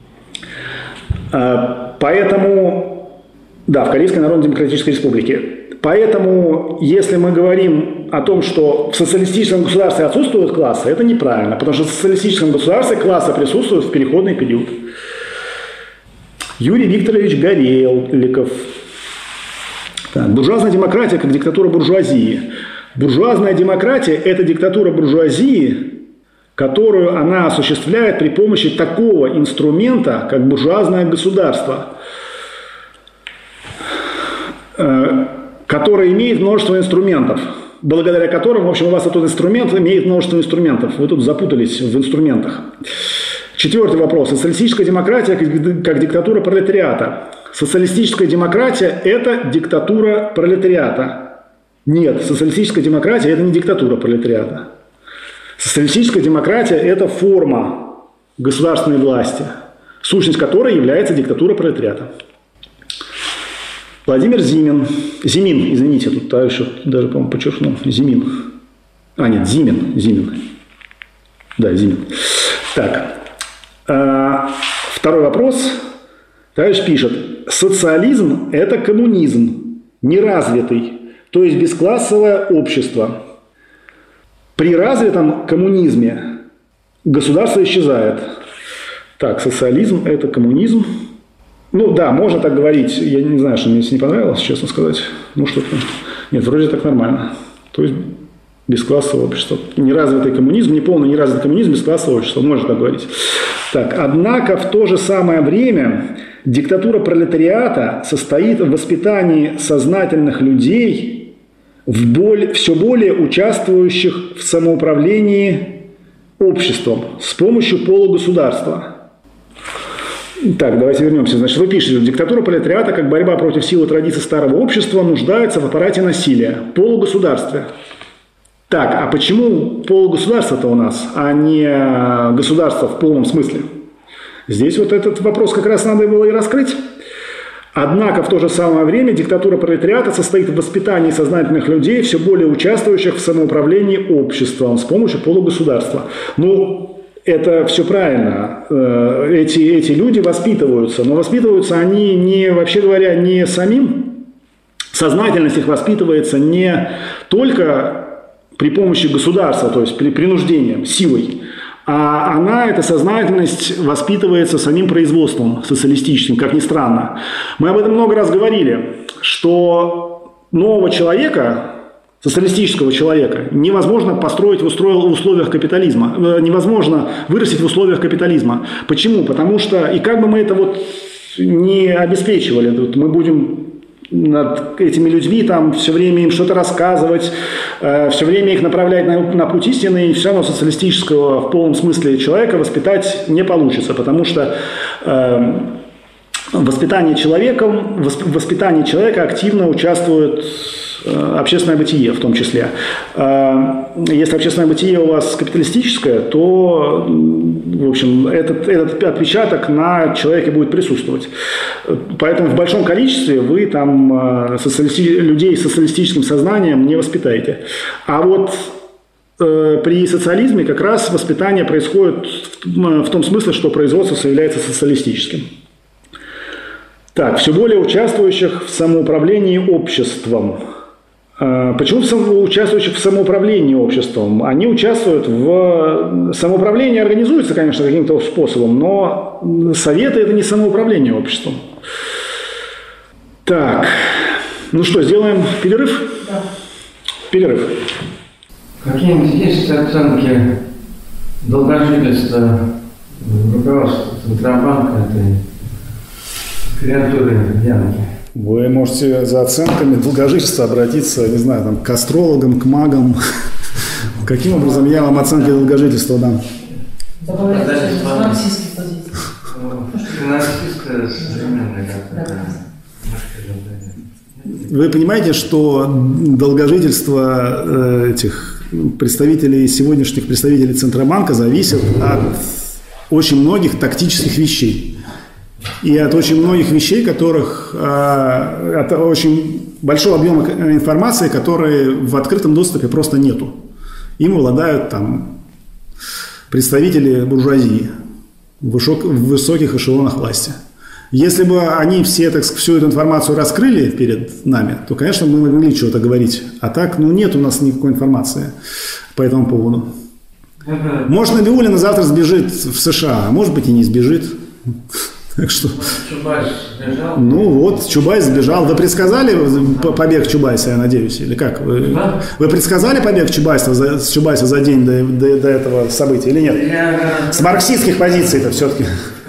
Поэтому, да, в Корейской Народно-Демократической Республике. Поэтому, если мы говорим о том, что в социалистическом государстве отсутствуют классы, это неправильно, потому что в социалистическом государстве классы присутствуют в переходный период. Юрий Викторович Гореликов. Так, буржуазная демократия как диктатура буржуазии. Буржуазная демократия – это диктатура буржуазии, которую она осуществляет при помощи такого инструмента, как буржуазное государство, которое имеет множество инструментов, благодаря которым, в общем, у вас этот инструмент имеет множество инструментов. Вы тут запутались в инструментах. Четвертый вопрос. Социалистическая демократия как диктатура пролетариата. Социалистическая демократия – это диктатура пролетариата. Нет, социалистическая демократия – это не диктатура пролетариата. Социалистическая демократия – это форма государственной власти, сущность которой является диктатура пролетариата. Владимир Зимин. Зимин, извините, тут еще даже, по-моему, подчеркнул. Зимин. А, нет, Зимин. Зимин. Да, Зимин. Так. Второй вопрос. Товарищ пишет. Социализм – это коммунизм, неразвитый, то есть бесклассовое общество. При развитом коммунизме государство исчезает. Так, социализм – это коммунизм. Ну да, можно так говорить. Я не знаю, что мне здесь не понравилось, честно сказать. Ну что-то... Нет, вроде так нормально. То есть бесклассовое общество. Неразвитый коммунизм, неполный неразвитый коммунизм, бесклассовое общество. Можно так говорить. Так, однако в то же самое время диктатура пролетариата состоит в воспитании сознательных людей, в боль, все более участвующих в самоуправлении обществом с помощью полугосударства. Так, давайте вернемся. Значит, вы пишете, что диктатура пролетариата, как борьба против силы традиций старого общества, нуждается в аппарате насилия, полугосударстве. Так, а почему полугосударство-то у нас, а не государство в полном смысле? Здесь вот этот вопрос как раз надо было и раскрыть. Однако в то же самое время диктатура пролетариата состоит в воспитании сознательных людей, все более участвующих в самоуправлении обществом с помощью полугосударства. Ну, это все правильно. Эти, эти люди воспитываются, но воспитываются они, не, вообще говоря, не самим. Сознательность их воспитывается не только при помощи государства, то есть при принуждением, силой, а она, эта сознательность, воспитывается самим производством социалистическим, как ни странно. Мы об этом много раз говорили, что нового человека, социалистического человека, невозможно построить в условиях капитализма, невозможно вырастить в условиях капитализма. Почему? Потому что, и как бы мы это вот не обеспечивали, мы будем над этими людьми там все время им что-то рассказывать, э, все время их направлять на, на путь истины, и все равно социалистического в полном смысле человека воспитать не получится, потому что э, воспитание человеком, в воспитании человека активно участвует э, общественное бытие в том числе. Э, если общественное бытие у вас капиталистическое, то, в общем, этот, этот отпечаток на человеке будет присутствовать. Поэтому в большом количестве вы там социалисти... людей с социалистическим сознанием не воспитаете. А вот э, при социализме как раз воспитание происходит в, в том смысле, что производство является социалистическим. Так, все более участвующих в самоуправлении обществом. Почему участвующих в самоуправлении обществом? Они участвуют в самоуправлении, организуются, конечно, каким-то способом, но советы – это не самоуправление обществом. Так, ну что, сделаем перерыв? Да. Перерыв. Какие есть оценки долгожительства руководства Центробанка этой креатуры Янки? Вы можете за оценками долгожительства обратиться, не знаю, там, к астрологам, к магам. Каким образом я вам оценки долгожительства дам? Марксистских позиций. Марксистская современная какая-то. Вы понимаете, что долгожительство этих представителей, сегодняшних представителей Центробанка зависит от очень многих тактических вещей. И от очень многих вещей, которых, э, от очень большого объема информации, которые в открытом доступе просто нету. Им обладают там представители буржуазии в высоких эшелонах власти. Если бы они все, так сказать, всю эту информацию раскрыли перед нами, то, конечно, мы могли чего-то говорить. А так, ну, нет у нас никакой информации по этому поводу. Может, Набиуллина завтра сбежит в США, а может быть и не сбежит. Так что... Чубайс сбежал? Ну вот, Чубайс сбежал. Вы предсказали побег Чубайса, я надеюсь, или как? Вы, да? Вы предсказали побег Чубайса за, Чубайса за день до, до, до этого события или нет? Я... С марксистских позиций это все-таки.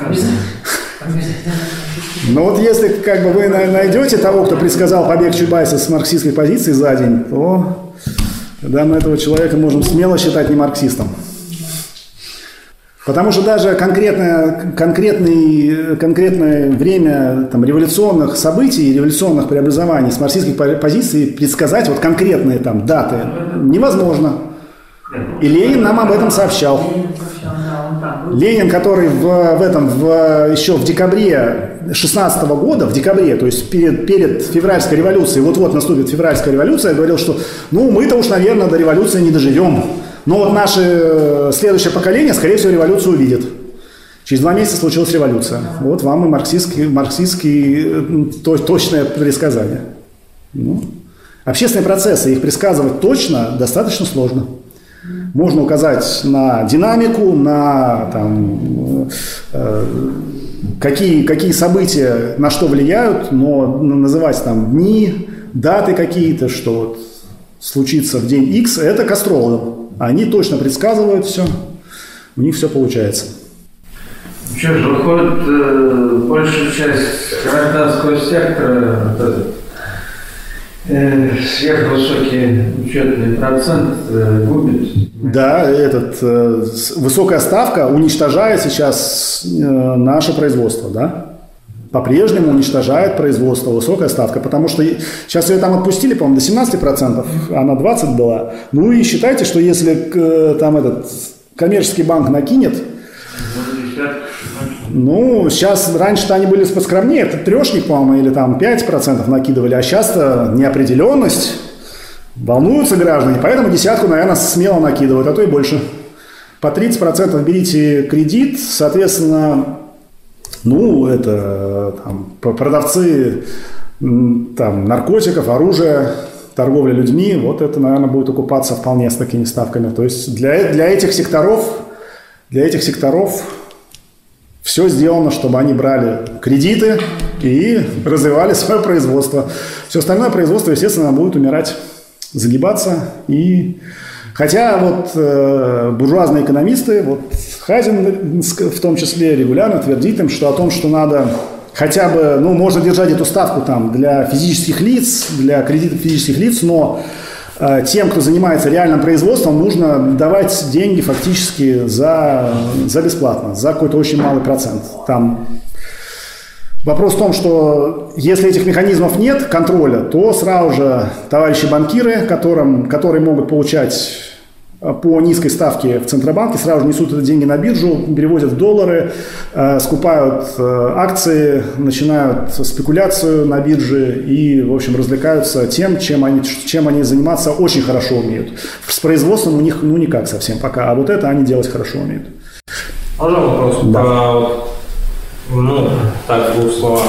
Но вот если как бы вы найдете того, кто предсказал побег Чубайса с марксистских позиций за день, то тогда мы этого человека можем смело считать не марксистом. Потому что даже конкретное, конкретное, конкретное время там, революционных событий, революционных преобразований с марксистских позиций предсказать вот конкретные там, даты невозможно. И Ленин нам об этом сообщал. Ленин, который в, в этом, в, еще в декабре шестнадцатого года, в декабре, то есть перед, перед февральской революцией, вот-вот наступит февральская революция, говорил, что ну мы-то уж, наверное, до революции не доживем. Но вот наше следующее поколение, скорее всего, революцию увидит. Через два месяца случилась революция. Вот вам и марксистские, марксистские то, точное предсказание. Ну, общественные процессы, их предсказывать точно достаточно сложно. Можно указать на динамику, на там, э, какие, какие события на что влияют, но называть там дни, даты какие-то, что вот случится в день X, это к астрологам. Они точно предсказывают все, у них все получается. Что же, выходит, э, большая часть гражданского сектора, э, сверхвысокий учетный процент э, губит. Да, этот, э, высокая ставка уничтожает сейчас э, наше производство, да? По-прежнему уничтожает производство, высокая ставка, потому что сейчас ее там отпустили, по-моему, до семнадцати процентов, она двадцать была. Ну и считайте, что если там этот коммерческий банк накинет, ну, сейчас, раньше-то они были поскромнее, это трешник, по-моему, или там пять процентов накидывали, а сейчас-то неопределенность, волнуются граждане, поэтому десятку, наверное, смело накидывают, а то и больше. По тридцать процентов берите кредит, соответственно... Ну, это там, продавцы там, наркотиков, оружия, торговля людьми, вот это, наверное, будет окупаться вполне с такими ставками. То есть для, для этих секторов, для этих секторов все сделано, чтобы они брали кредиты и развивали свое производство. Все остальное производство, естественно, будет умирать, загибаться и... Хотя вот э, буржуазные экономисты, вот Хазин в том числе регулярно твердит им, что о том, что надо хотя бы, ну, можно держать эту ставку там для физических лиц, для кредитов физических лиц, но э, тем, кто занимается реальным производством, нужно давать деньги фактически за, за бесплатно, за какой-то очень малый процент. Там вопрос в том, что если этих механизмов нет, контроля, то сразу же товарищи банкиры, которым, которые могут получать по низкой ставке в Центробанке, сразу же несут эти деньги на биржу, переводят в доллары, э, скупают э, акции, начинают спекуляцию на бирже и, в общем, развлекаются тем, чем они, чем они заниматься очень хорошо умеют. С производством у них ну никак совсем пока, а вот это они делать хорошо умеют. Можно вопрос? Да. Про, ну, так, в двух словах.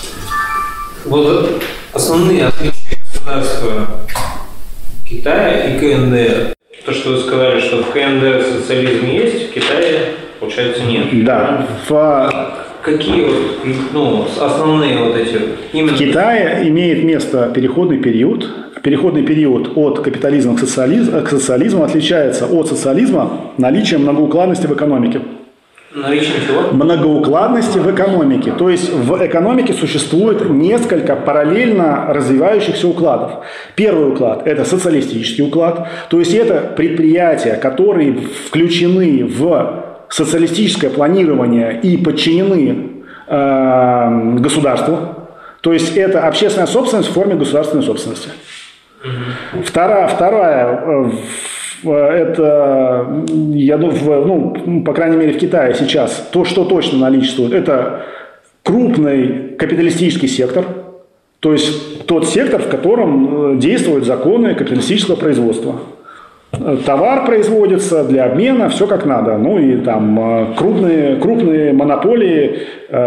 Вот основные отличия государства Китая и ка эн дэ эр. То, что вы сказали, что в ка эн дэ эр социализм есть, в Китае, получается, нет. Да. В... Какие вот, ну, основные вот эти... Именно... В Китае имеет место переходный период. Переходный период от капитализма к социализму, к социализму отличается от социализма наличием многоукладности в экономике. Наличием чего? Многоукладности в экономике. То есть в экономике существует несколько параллельно развивающихся укладов. Первый уклад – это социалистический уклад. То есть это предприятия, которые включены в социалистическое планирование и подчинены э, государству. То есть это общественная собственность в форме государственной собственности. Угу. Вторая, вторая это, я думаю, ну, по крайней мере, в Китае сейчас, то, что точно наличествует, это крупный капиталистический сектор, то есть тот сектор, в котором действуют законы капиталистического производства. Товар производится для обмена, все как надо. Ну и там крупные, крупные монополии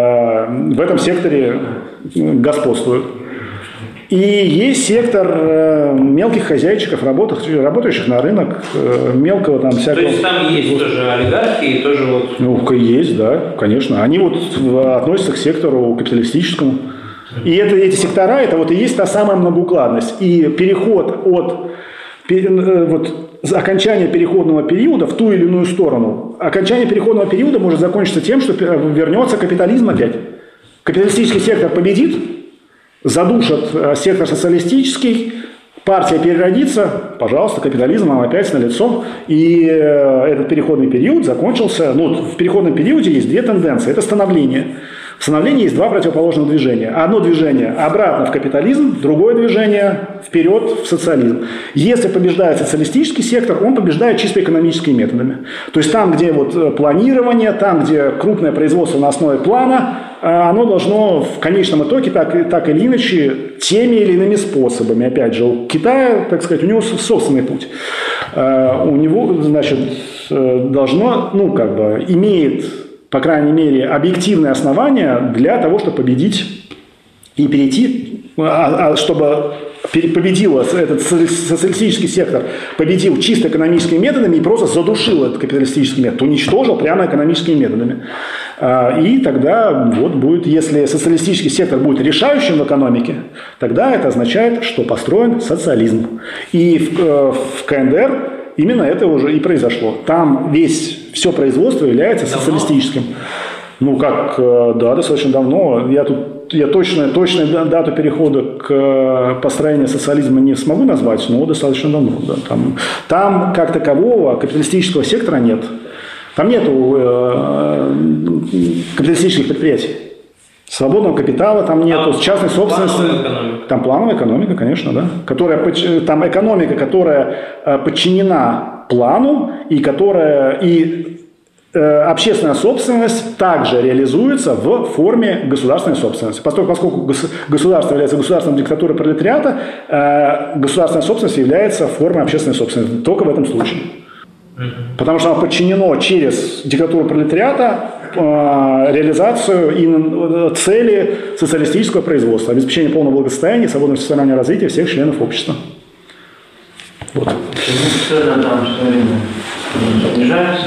э, в этом секторе господствуют. И есть сектор э, мелких хозяйчиков, работающих, работающих на рынок, э, мелкого там всякого. То есть там есть тоже олигархи и тоже вот... Ну, есть, да, конечно. Они вот относятся к сектору капиталистическому. И это, эти сектора, это вот и есть та самая многоукладность. И переход от... Вот, окончание переходного периода в ту или иную сторону. Окончание переходного периода может закончиться тем, что вернется капитализм опять. Капиталистический сектор победит, задушат сектор социалистический, партия переродится, пожалуйста, капитализм нам опять налицо. И этот переходный период закончился. Ну, в переходном периоде есть две тенденции. Это становление. В становлении есть два противоположных движения. Одно движение обратно в капитализм, другое движение вперед в социализм. Если побеждает социалистический сектор, он побеждает чисто экономическими методами. То есть там, где вот планирование, там, где крупное производство на основе плана, оно должно в конечном итоге так, так или иначе теми или иными способами. Опять же, у Китая, так сказать, у него собственный путь. У него, значит, должно, ну, как бы, имеет... по крайней мере, объективные основания для того, чтобы победить и перейти, а, а, чтобы победил этот социалистический сектор, победил чисто экономическими методами и просто задушил этот капиталистический метод, уничтожил прямо экономическими методами. И тогда вот будет, если социалистический сектор будет решающим в экономике, тогда это означает, что построен социализм. И в, в КНДР именно это уже и произошло. Там весь, все производство является давно? социалистическим. Ну, как, да, достаточно давно. Я тут я точно, точную дату перехода к построению социализма не смогу назвать, но достаточно давно. Да. Там, там как такового капиталистического сектора нет. Там нету э, капиталистических предприятий. Свободного капитала там нету, там частной собственности. Там плановая экономика, конечно, да. Которая, там экономика, которая подчинена плану и которая и э, общественная собственность также реализуется в форме государственной собственности. Поскольку, поскольку государство является государственной диктатурой пролетариата, э, государственная собственность является формой общественной собственности. Только в этом случае. Потому что оно подчинено через диктатуру пролетариата э, реализацию и цели социалистического производства, обеспечение полного благосостояния, свободного социального развития всех членов общества. Вот. Почему цены там все время снижаются?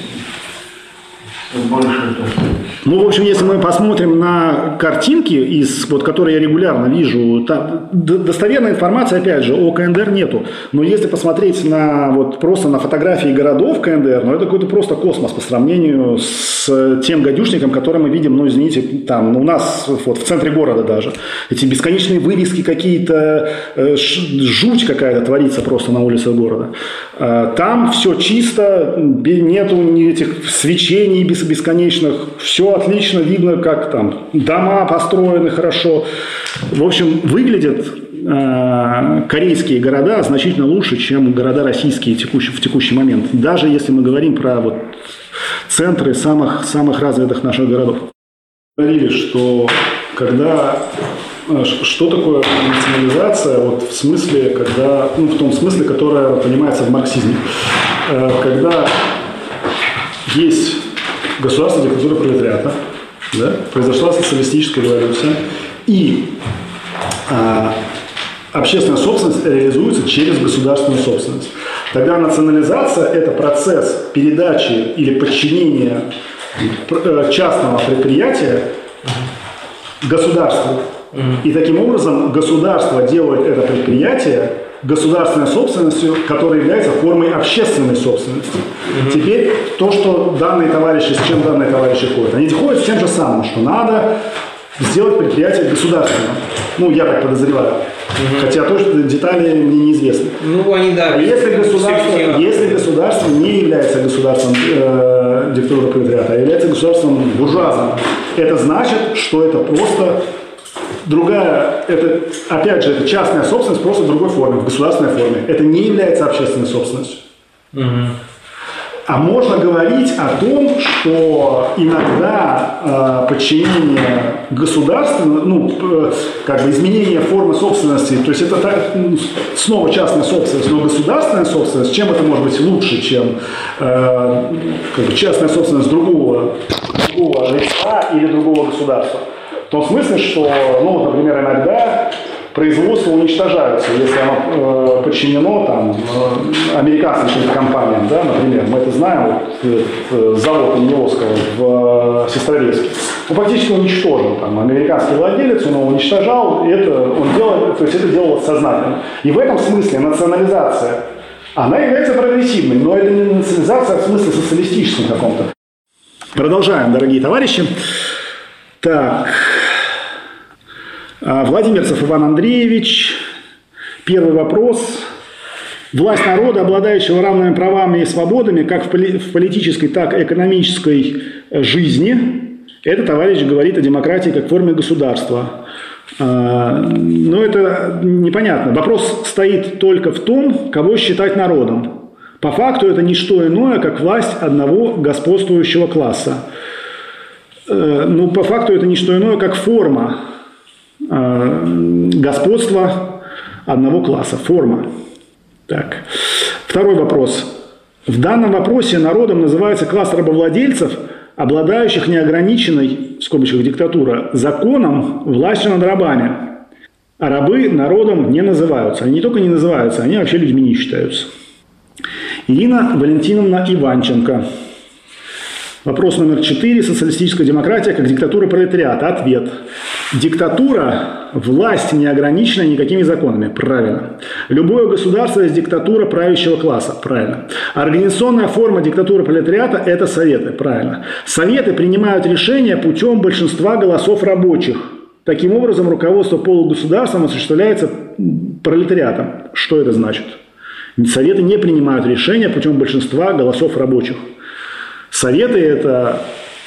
Больше, ну, в общем, если мы посмотрим на картинки, из, вот, которые я регулярно вижу, там, достоверной информации, опять же, о КНДР нету. Но если посмотреть на, вот, просто на фотографии городов КНДР, ну, это какой-то просто космос по сравнению с тем гадюшником, который мы видим, ну, извините, там, у нас вот, в центре города даже. Эти бесконечные вывески какие-то, э, жуть какая-то творится просто на улицах города. Э, там все чисто, нету ни этих свечений без бесконечных, все отлично видно, как там дома построены хорошо. В общем, выглядят э, корейские города значительно лучше, чем города российские текущий, в текущий момент. Даже если мы говорим про вот, центры самых, самых развитых наших городов. Говорили, что когда что такое национализация, вот в смысле, когда, ну, в том смысле, которая понимается в марксизме, э, когда есть государство диктатуры пролетариата, да, произошла социалистическая революция, и а, общественная собственность реализуется через государственную собственность. Тогда национализация – это процесс передачи или подчинения частного предприятия государству. И таким образом государство делает это предприятие государственной собственностью, которая является формой общественной собственности. Mm-hmm. Теперь то, что данные товарищи, с чем данные товарищи ходят, они ходят с тем же самым, что надо сделать предприятие государственным. Ну, я так подозреваю. Mm-hmm. Хотя точно детали мне неизвестны. Ну, они, да. А если государство, если государство не является государством э, диктатуры пролетариата, а является государством буржуазным, это значит, что это просто другая, это, опять же, это частная собственность, просто в другой форме, в государственной форме. Это не является общественной собственностью. Угу. А можно говорить о том, что иногда э, подчинение государству, ну, э, как бы изменение формы собственности, то есть это так, снова частная собственность, но государственная собственность, чем это может быть лучше, чем э, как бы частная собственность другого, другого лица или другого государства? В том смысле, что, ну, например, иногда производство уничтожаются, если оно э, подчинено там, э, американским компаниям, да, например, мы это знаем, вот, э, завод Иньевского в э, Сестрорецке, он фактически уничтожен, там, американский владелец, он его уничтожал, и это, он делал, то есть это делалось сознательно. И в этом смысле национализация, она является прогрессивной, но это не национализация в смысле социалистическом каком-то. Продолжаем, дорогие товарищи. Так... Владимирцев Иван Андреевич. Первый вопрос. Власть народа, обладающего равными правами и свободами, как в, поли- в политической, так и экономической жизни. Это товарищ говорит о демократии как форме государства. Но это непонятно. Вопрос стоит только в том, кого считать народом. По факту это не что иное, как власть одного господствующего класса. Ну, по факту это не что иное, как форма господства одного класса. Форма. Так. Второй вопрос. В данном вопросе народом называется класс рабовладельцев, обладающих неограниченной, в скобочках диктатура, законом властью над рабами. А рабы народом не называются. Они не только не называются, они вообще людьми не считаются. Ирина Валентиновна Иванченко. Вопрос номер четыре. Социалистическая демократия как диктатура пролетариата. Ответ. Диктатура – власть, не ограниченная никакими законами. Правильно. Любое государство есть диктатура правящего класса. Правильно. Организационная форма диктатуры пролетариата – это советы. Правильно. Советы принимают решения путем большинства голосов рабочих. Таким образом, руководство полугосударством осуществляется пролетариатом. Что это значит? Советы не принимают решения путем большинства голосов рабочих. Советы – это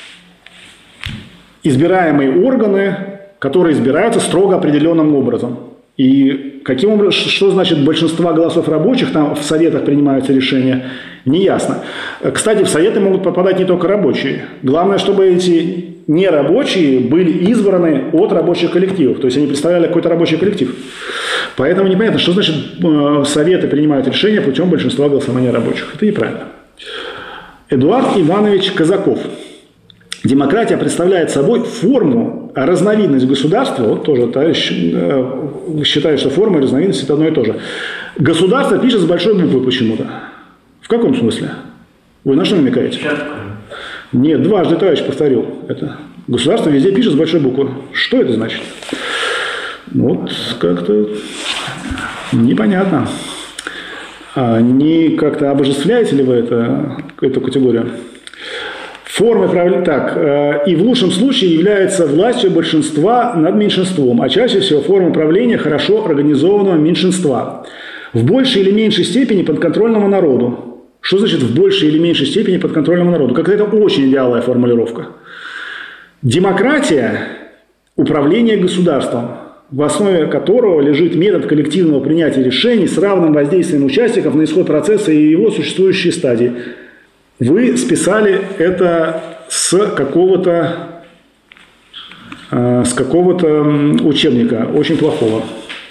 избираемые органы, которые избираются строго определенным образом. И каким образом, что значит большинство голосов рабочих, там в советах принимаются решения, неясно. Кстати, в советы могут попадать не только рабочие. Главное, чтобы эти нерабочие были избраны от рабочих коллективов. То есть они представляли какой-то рабочий коллектив. Поэтому непонятно, что значит советы принимают решения путем большинства голосования рабочих. Это неправильно. Эдуард Иванович Казаков. Демократия представляет собой форму, а разновидность государства, вот тоже товарищ э, считает, что форма и разновидность это одно и то же. Государство пишет с большой буквы почему-то. В каком смысле? Вы на что намекаете? Нет, дважды товарищ повторил это. Государство везде пишет с большой буквы. Что это значит? Вот как-то непонятно. А не как-то обожествляете ли вы это, эту категорию? Формы правления так. Э, и в лучшем случае является властью большинства над меньшинством, а чаще всего форма правления хорошо организованного меньшинства. В большей или меньшей степени подконтрольному народу. Что значит в большей или меньшей степени подконтрольному народу? Как это очень идеальная формулировка. Демократия – управление государством, в основе которого лежит метод коллективного принятия решений с равным воздействием участников на исход процесса и его существующие стадии. Вы списали это с какого-то, э, с какого-то учебника, очень плохого.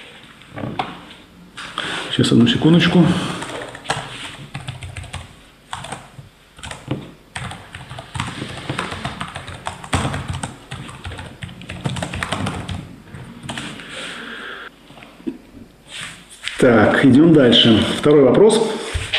Сейчас, одну секундочку. Так, идем дальше. Второй вопрос.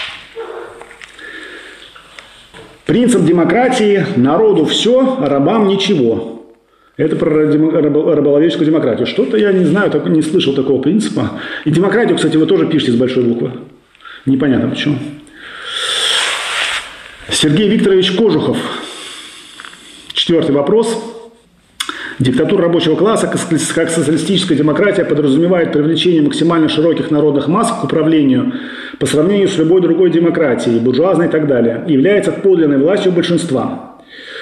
Принцип демократии – народу все, а рабам ничего. Это про раболовеческую демократию. Что-то я не знаю, не слышал такого принципа. И демократию, кстати, вы тоже пишете с большой буквы. Непонятно почему. Сергей Викторович Кожухов. Четвертый вопрос. Диктатура рабочего класса, как социалистическая демократия, подразумевает привлечение максимально широких народных масс к управлению по сравнению с любой другой демократией, буржуазной и так далее, является подлинной властью большинства.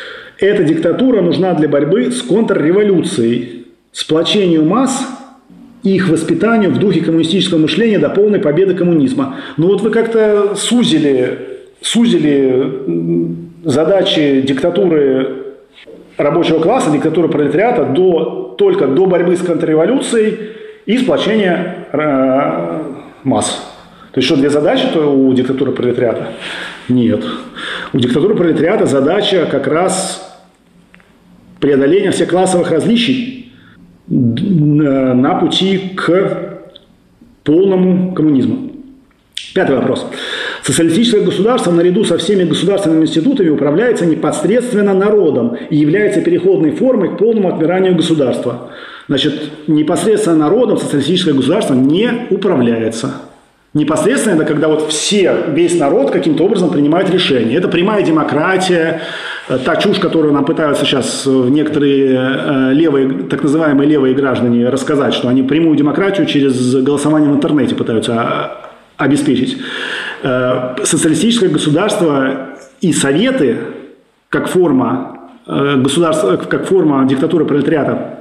Эта диктатура нужна для борьбы с контрреволюцией, сплочению масс их воспитанию в духе коммунистического мышления до полной победы коммунизма. Но вот вы как-то сузили, сузили задачи диктатуры рабочего класса, диктатуры пролетариата до, только до борьбы с контрреволюцией и сплочения э, масс. То есть, что две задачи то у диктатуры пролетариата? Нет. У диктатуры пролетариата задача как раз преодоления всех классовых различий на пути к полному коммунизму. Пятый вопрос. Социалистическое государство наряду со всеми государственными институтами управляется непосредственно народом и является переходной формой к полному отмиранию государства. Значит, непосредственно народом социалистическое государство не управляется. Непосредственно это когда вот все, весь народ каким-то образом принимает решения. Это прямая демократия, та чушь, которую нам пытаются сейчас некоторые левые, так называемые левые граждане рассказать, что они прямую демократию через голосование в интернете пытаются обеспечить. Социалистическое государство и советы, как форма государства, как форма диктатуры пролетариата,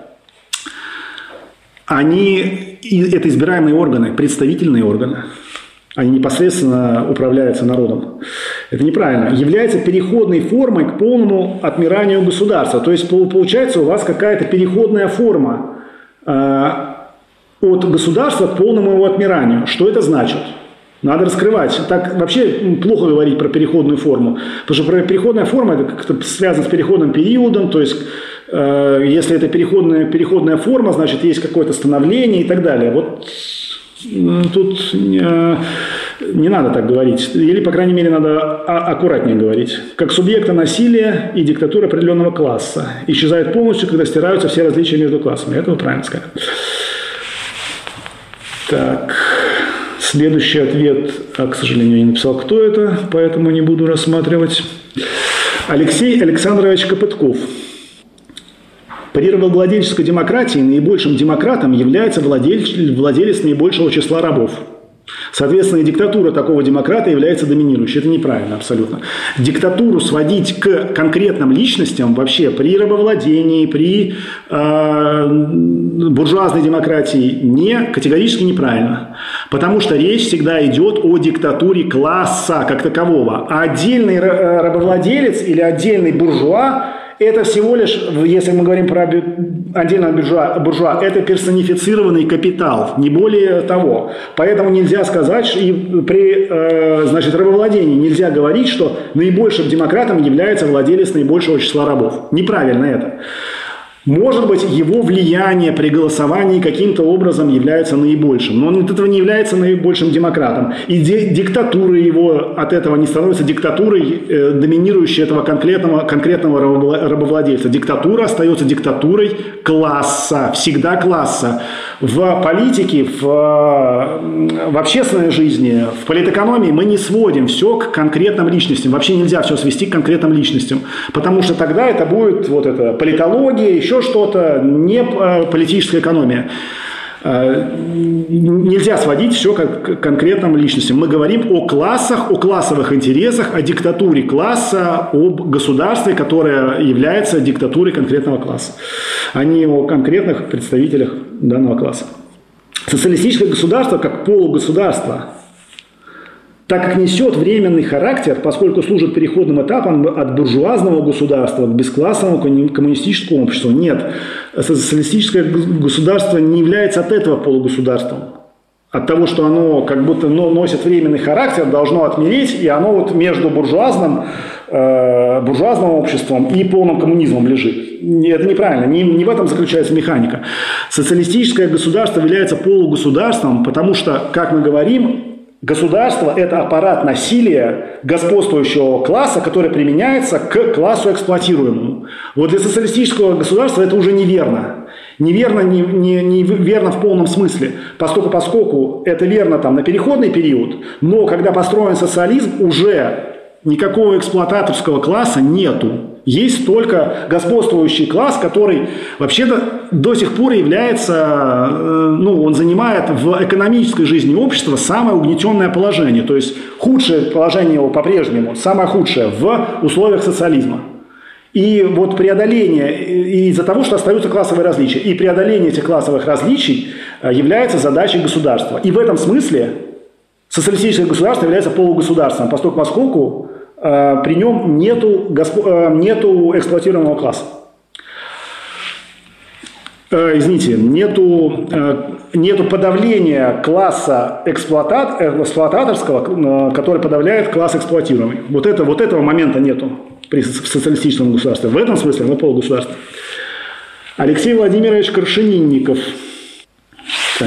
они, это избираемые органы, представительные органы. Они непосредственно управляются народом. Это неправильно. Является переходной формой к полному отмиранию государства. То есть, получается, у вас какая-то переходная форма э, от государства к полному его отмиранию. Что это значит? Надо раскрывать. Так вообще плохо говорить про переходную форму. Потому что переходная форма это как-то связано с переходным периодом. То есть, э, если это переходная, переходная форма, значит, есть какое-то становление и так далее. Вот тут э, не надо так говорить. Или, по крайней мере, надо аккуратнее говорить. Как субъекта насилия и диктатура определенного класса. Исчезает полностью, когда стираются все различия между классами. Это вы правильно сказали. Так. Следующий ответ, а, к сожалению, я не написал, кто это, поэтому не буду рассматривать. Алексей Александрович Копытков. При рабовладельческой демократии наибольшим демократом является владелец, владелец наибольшего числа рабов. Соответственно, и диктатура такого демократа является доминирующей. Это неправильно абсолютно. Диктатуру сводить к конкретным личностям вообще при рабовладении, при э, буржуазной демократии не, категорически неправильно. Потому что речь всегда идет о диктатуре класса как такового. А отдельный рабовладелец или отдельный буржуа это всего лишь, если мы говорим про отдельного буржуа, буржуа, это персонифицированный капитал, не более того. Поэтому нельзя сказать, и при э, значит, рабовладении нельзя говорить, что наибольшим демократом является владелец наибольшего числа рабов. Неправильно это. Может быть, его влияние при голосовании каким-то образом является наибольшим, но он от этого не является наибольшим демократом. И диктатура его от этого не становится диктатурой, э, доминирующей этого конкретного, конкретного рабовладельца. Диктатура остается диктатурой класса, всегда класса. В политике, в, в общественной жизни, в политэкономии мы не сводим все к конкретным личностям. Вообще нельзя все свести к конкретным личностям, потому что тогда это будет вот это, политология, еще что-то, не политическая экономия. Нельзя сводить все к конкретным личностям. Мы говорим о классах, о классовых интересах, о диктатуре класса, об государстве, которое является диктатурой конкретного класса, а не о конкретных представителях данного класса. Социалистическое государство как полугосударство, так как несет временный характер, поскольку служит переходным этапом от буржуазного государства к бесклассовому коммунистическому обществу. Нет, социалистическое государство не является от этого полугосударством. От того, что оно как будто носит временный характер, должно отмереть, и оно вот между буржуазным, э, буржуазным обществом и полным коммунизмом лежит. Это неправильно, не, не в этом заключается механика. Социалистическое государство является полугосударством, потому что, как мы говорим, государство – это аппарат насилия господствующего класса, который применяется к классу эксплуатируемому. Вот для социалистического государства это уже неверно. Неверно, не, не, не верно в полном смысле, поскольку, поскольку это верно там, на переходный период, но когда построен социализм, уже никакого эксплуататорского класса нету. Есть только господствующий класс, который вообще-то до сих пор является, ну, он занимает в экономической жизни общества самое угнетенное положение. То есть худшее положение его по-прежнему, самое худшее в условиях социализма. И вот преодоление, из-за того, что остаются классовые различия, и преодоление этих классовых различий является задачей государства. И в этом смысле социалистическое государство является полугосударством, поскольку, поскольку э, при нем нету, госпо, э, нету эксплуатируемого класса. Э, извините, нету, э, нету подавления класса эксплуатат, эксплуататорского, э, который подавляет класс эксплуатируемый. Вот, это, вот этого момента нету при социалистическом государстве. В этом смысле мы полугосударство. Алексей Владимирович Крашенинников. Так.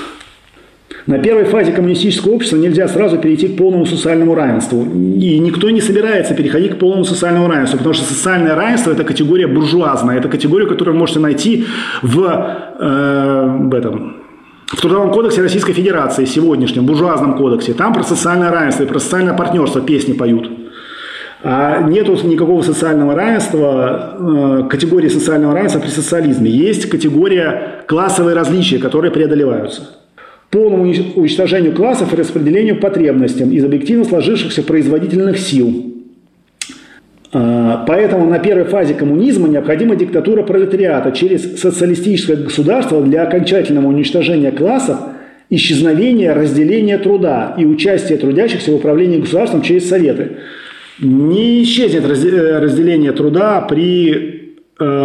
На первой фазе коммунистического общества нельзя сразу перейти к полному социальному равенству. И никто не собирается переходить к полному социальному равенству, потому что социальное равенство – это категория буржуазная. Это категория, которую вы можете найти в, э, в, этом, в Трудовом кодексе Российской Федерации, сегодняшнем, буржуазном кодексе. Там про социальное равенство и про социальное партнерство песни поют. А нет никакого социального равенства, категории социального равенства при социализме. Есть категория классовые различия, которые преодолеваются. Полному уничтожению классов и распределению потребностям из объективно сложившихся производительных сил. Поэтому на первой фазе коммунизма необходима диктатура пролетариата через социалистическое государство для окончательного уничтожения классов, исчезновения разделения труда и участия трудящихся в управлении государством через советы. Не исчезнет разделение труда при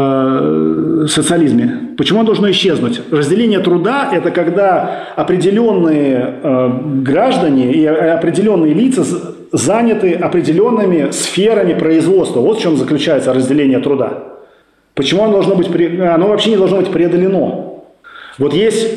э, социализме. Почему оно должно исчезнуть? Разделение труда – это когда определенные э, граждане и определенные лица заняты определенными сферами производства. Вот в чем заключается разделение труда. Почему оно должно быть, оно вообще не должно быть преодолено? Вот есть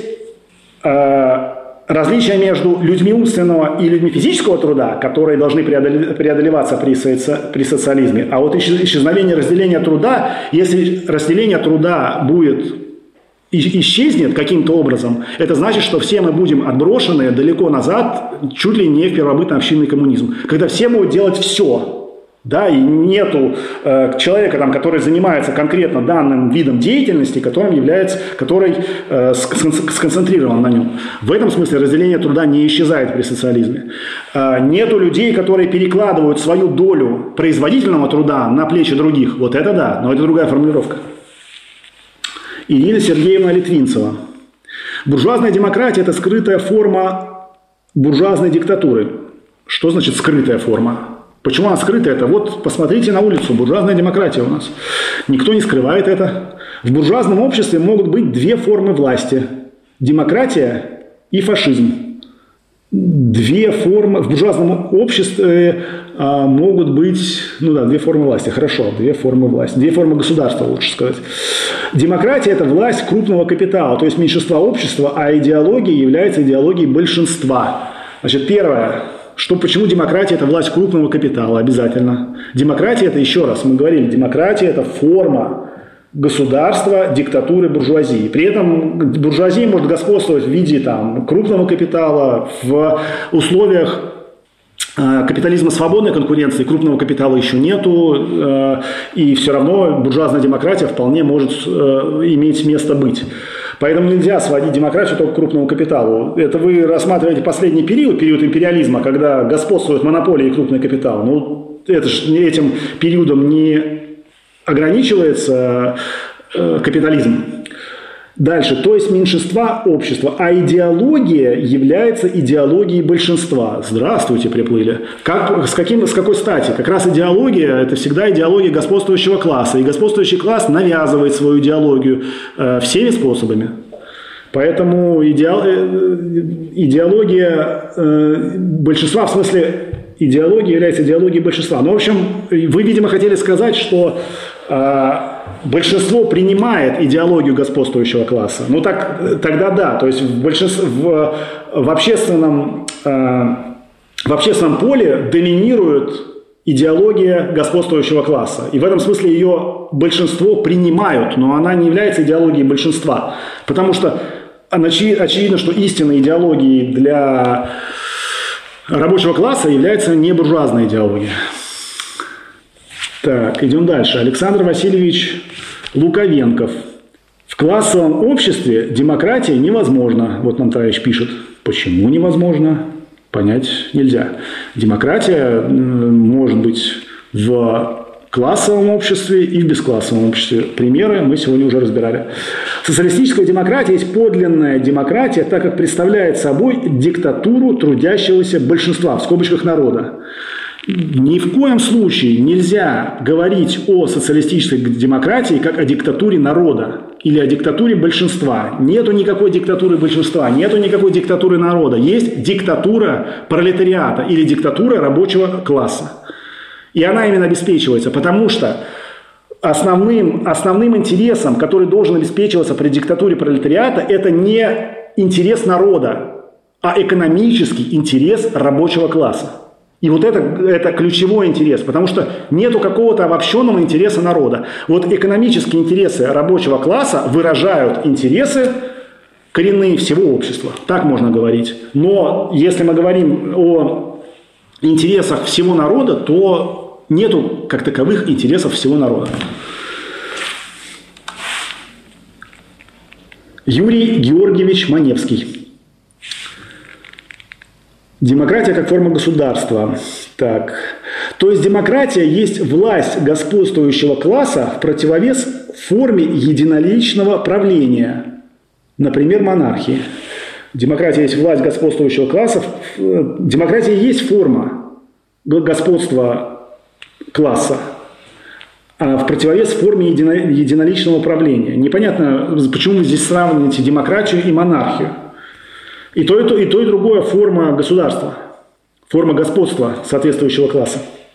э, различия между людьми умственного и людьми физического труда, которые должны преодолеваться при, соци... при социализме. А вот исчезновение разделения труда, если разделение труда будет исчезнет каким-то образом, это значит, что все мы будем отброшены далеко назад, чуть ли не в первобытно-общинный коммунизм, когда все будут делать все. Да, и нету э, человека, там, который занимается конкретно данным видом деятельности, которым является, который э, сконцентрирован на нем. В этом смысле разделение труда не исчезает при социализме. Э, нету людей, которые перекладывают свою долю производительного труда на плечи других. Вот это да, но это другая формулировка. Ирина Сергеевна Литвинцева. Буржуазная демократия – это скрытая форма буржуазной диктатуры. Что значит скрытая форма? Почему она скрыта? Это вот посмотрите на улицу, буржуазная демократия у нас. Никто не скрывает это. В буржуазном обществе могут быть две формы власти. Демократия и фашизм. Две формы. В буржуазном обществе а, могут быть, ну да, две формы власти. Хорошо, две формы власти. Две формы государства, лучше сказать. Демократия – это власть крупного капитала, то есть меньшинства общества, а идеология является идеологией большинства. Значит, первое. Что, почему демократия – это власть крупного капитала обязательно? Демократия – это, еще раз, мы говорили, демократия – это форма государства, диктатуры буржуазии. При этом буржуазия может господствовать в виде там, крупного капитала, в условиях э, капитализма свободной конкуренции, крупного капитала еще нету, э, и все равно буржуазная демократия вполне может э, иметь место быть. Поэтому нельзя сводить демократию только к крупному капиталу. Это вы рассматриваете последний период, период империализма, когда господствует монополия и крупный капитал. Ну, это же этим периодом не ограничивается э, капитализм. Дальше, то есть меньшинства общества, а идеология является идеологией большинства. Здравствуйте, приплыли. Как, с, каким, с какой стати? Как раз идеология – это всегда идеология господствующего класса. И господствующий класс навязывает свою идеологию э, всеми способами. Поэтому идеал, э, идеология э, большинства, в смысле идеология является идеологией большинства. Ну, в общем, вы, видимо, хотели сказать, что э, большинство принимает идеологию господствующего класса. Ну, так, тогда да. То есть в, большинстве, в, в, общественном, э, в общественном поле доминирует идеология господствующего класса. И в этом смысле ее большинство принимают, но она не является идеологией большинства. Потому что очевидно, что истинной идеологией для рабочего класса является не буржуазная идеология. Так, идем дальше. Александр Васильевич Луковенков. В классовом обществе демократия невозможна. Вот нам товарищ пишет. Почему невозможно? Понять нельзя. Демократия может быть в классовом обществе и в бесклассовом обществе. Примеры мы сегодня уже разбирали. Социалистическая демократия есть подлинная демократия, так как представляет собой диктатуру трудящегося большинства, в скобочках народа. Ни в коем случае нельзя говорить о социалистической демократии как о диктатуре народа или о диктатуре большинства. Нету никакой диктатуры большинства, нету никакой диктатуры народа. Есть диктатура пролетариата или диктатура рабочего класса. И она именно обеспечивается, потому что основным, основным интересом, который должен обеспечиваться при диктатуре пролетариата, это не интерес народа, а экономический интерес рабочего класса. И вот это, это ключевой интерес, потому что нету какого-то обобщенного интереса народа. Вот экономические интересы рабочего класса выражают интересы коренные всего общества. Так можно говорить. Но если мы говорим о интересах всего народа, то нету как таковых интересов всего народа. Юрий Георгиевич Маневский. Демократия как форма государства. Так. То есть демократия есть власть господствующего класса в противовес форме единоличного правления, например, монархии. Демократия есть власть господствующего класса. Демократия есть форма господства класса в противовес форме единоличного правления. Непонятно, почему вы здесь сравниваете демократию и монархию. И то, и то, и то, и другое форма государства, форма господства соответствующего класса.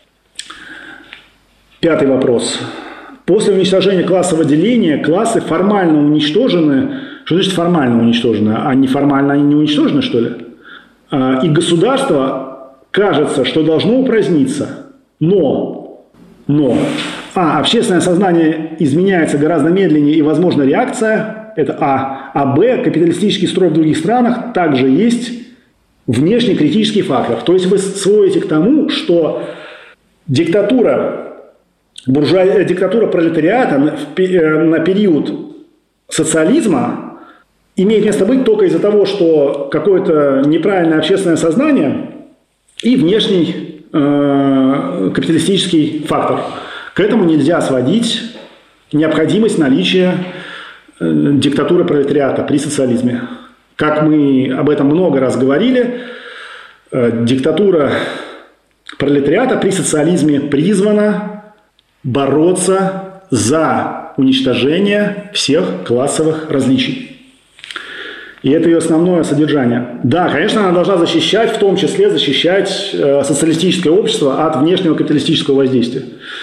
Пятый вопрос. После уничтожения классового деления классы формально уничтожены. Что значит формально уничтожены? А неформально они не уничтожены, что ли? И государство, кажется, что должно упраздниться. Но, но, а, общественное сознание изменяется гораздо медленнее и возможна реакция. Это А. А Б. Капиталистический строй в других странах также есть внешний критический фактор. То есть вы сводите к тому, что диктатура, буржуа... диктатура пролетариата на, на период социализма имеет место быть только из-за того, что какое-то неправильное общественное сознание и внешний э, капиталистический фактор. К этому нельзя сводить необходимость наличия диктатуры пролетариата при социализме. Как мы об этом много раз говорили, диктатура пролетариата при социализме призвана бороться за уничтожение всех классовых различий. И это ее основное содержание. Да, конечно, она должна защищать, в том числе защищать социалистическое общество от внешнего капиталистического воздействия.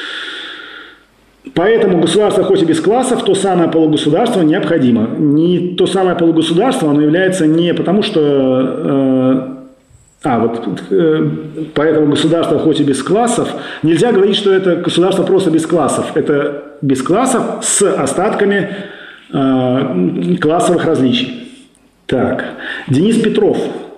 Поэтому государство, хоть и без классов, то самое полугосударство необходимо. Не то самое полугосударство, оно является не потому, что... Э, а, вот э, поэтому государство, хоть и без классов, нельзя говорить, что это государство просто без классов. Это без классов с остатками э, классовых различий. Так, Денис Петров.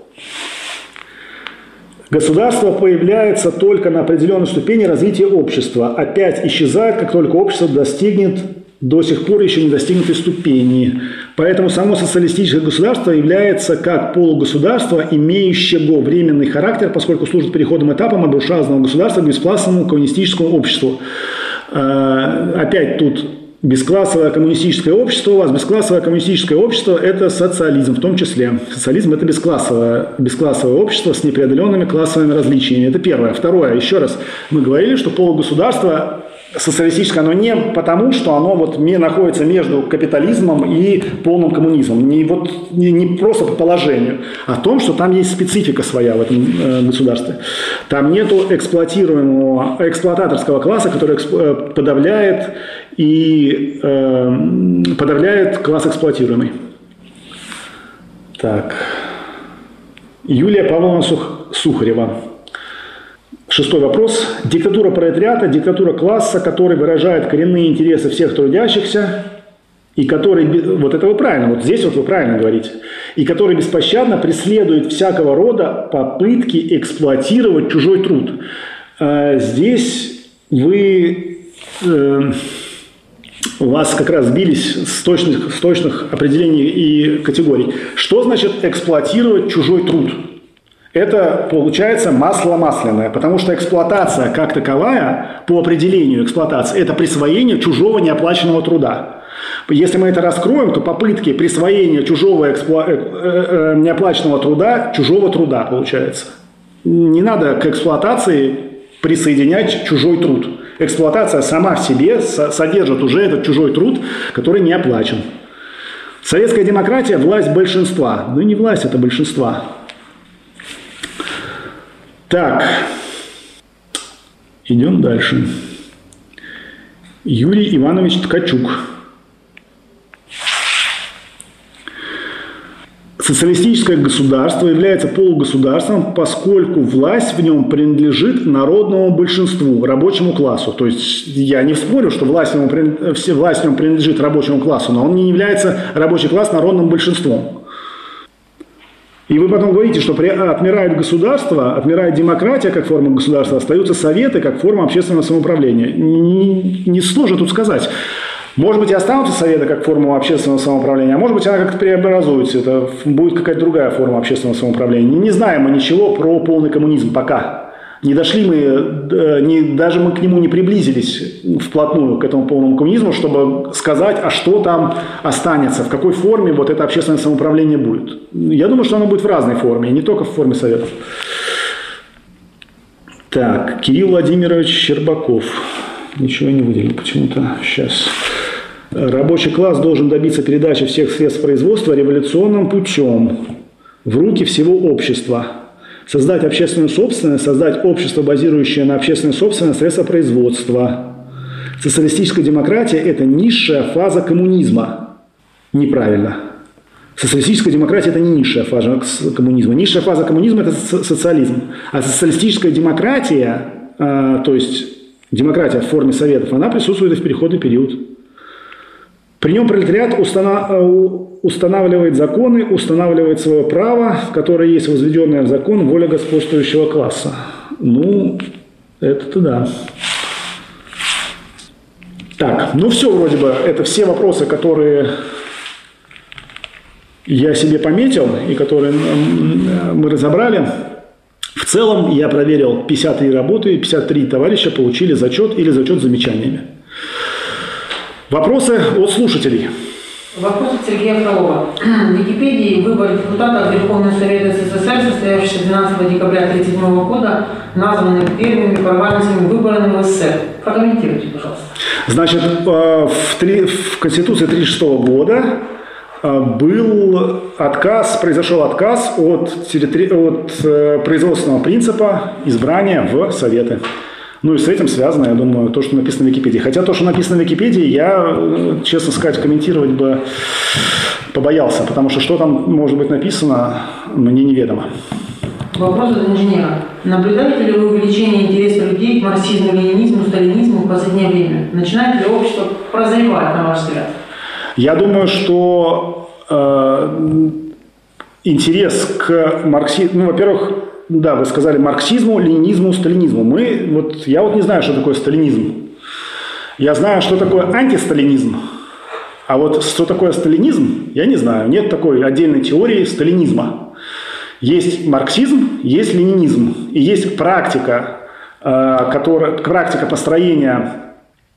Государство появляется только на определенной ступени развития общества. Опять исчезает, как только общество достигнет до сих пор еще не достигнутой ступени. Поэтому само социалистическое государство является как полугосударство, имеющего временный характер, поскольку служит переходным этапом от буржуазного государства к бесклассовому коммунистическому обществу. Опять тут бесклассовое коммунистическое общество. У вас бесклассовое коммунистическое общество – это социализм в том числе. Социализм – это бесклассовое, бесклассовое общество с непреодоленными классовыми различиями. Это первое. Второе. Еще раз. Мы говорили, что полугосударство социалистическое, оно не потому, что оно вот не находится между капитализмом и полным коммунизмом. Не, вот, не, не просто по положению, а о том, что там есть специфика своя в этом э, государстве. Там нету эксплуатируемого, эксплуататорского класса, который эксп, подавляет и э, подавляет класс эксплуатируемый. Так. Юлия Павловна Сух, Сухарева. Шестой вопрос. Диктатура пролетариата, диктатура класса, который выражает коренные интересы всех трудящихся, и который, вот это вы правильно, вот здесь вот вы правильно говорите, и который беспощадно преследует всякого рода попытки эксплуатировать чужой труд. Здесь вы, у вас как раз сбились с точных, с точных определений и категорий. Что значит эксплуатировать чужой труд? это получается масло масляное, потому что эксплуатация как таковая, по определению эксплуатации, это присвоение чужого неоплаченного труда. Если мы это раскроем, то попытки присвоения чужого эксплу... неоплаченного труда, чужого труда получается. Не надо к эксплуатации присоединять чужой труд. Эксплуатация сама в себе содержит уже этот чужой труд, который не оплачен. Советская демократия – власть большинства. Ну не власть, это большинства. Так, идем дальше. Юрий Иванович Ткачук. Социалистическое государство является полугосударством, поскольку власть в нем принадлежит народному большинству, рабочему классу. То есть я не спорю, что власть в нем, власть в нем принадлежит рабочему классу, но он не является рабочий класс народным большинством. И вы потом говорите, что отмирает государство, отмирает демократия как форма государства, остаются советы как форма общественного самоуправления. Не, не сложно тут сказать. Может быть, и останутся советы как форма общественного самоуправления, а может быть, она как-то преобразуется. Это будет какая-то другая форма общественного самоуправления. Не знаем мы ничего про полный коммунизм пока. Не дошли мы, не, даже мы к нему не приблизились вплотную, к этому полному коммунизму, чтобы сказать, а что там останется, в какой форме вот это общественное самоуправление будет. Я думаю, что оно будет в разной форме, не только в форме советов. Так, Кирилл Владимирович Щербаков. Ничего не выделил почему-то. Сейчас. Рабочий класс должен добиться передачи всех средств производства революционным путем в руки всего общества. Создать общественную собственность, создать общество, базирующее на общественной собственности, средства производства. Социалистическая демократия – это низшая фаза коммунизма. Неправильно. Социалистическая демократия – это не низшая фаза коммунизма. Низшая фаза коммунизма – это социализм. А социалистическая демократия, э, то есть демократия в форме советов, она присутствует и в переходный период. При нем пролетариат устанавливает законы, устанавливает свое право, которое есть возведенное в закон, воля господствующего класса. Ну, это-то да. Так, ну все вроде бы, это все вопросы, которые я себе пометил и которые мы разобрали. В целом я проверил пятьдесят три работы, пятьдесят три товарища получили зачет или зачет с замечаниями. Вопросы от слушателей. Вопрос от Сергея Фролова. В Википедии выбор депутата Верховного Совета СССР, состоявшийся двенадцатого декабря тысяча девятьсот тридцать седьмого года, названы первыми парламентскими выборами в СССР. Прокомментируйте, пожалуйста. Значит, в, три, в Конституции тысяча девятьсот тридцать шестого года был отказ, произошел отказ от, от производственного принципа избрания в Советы. Ну и с этим связано, я думаю, то, что написано в Википедии. Хотя то, что написано в Википедии, я, честно сказать, комментировать бы побоялся, потому что что там может быть написано, мне неведомо. Вопрос от инженера. Наблюдаете ли вы увеличение интереса людей к марксизму, ленинизму, сталинизму в последнее время? Начинает ли общество прозревать, на ваш взгляд? Я думаю, что э, интерес к марксизму, ну, во-первых, да, вы сказали марксизму, ленинизму, сталинизму. Мы, вот, я вот не знаю, что такое сталинизм. Я знаю, что такое антисталинизм. А вот что такое сталинизм, я не знаю. Нет такой отдельной теории сталинизма. Есть марксизм, есть ленинизм. И есть практика, э, которая, практика построения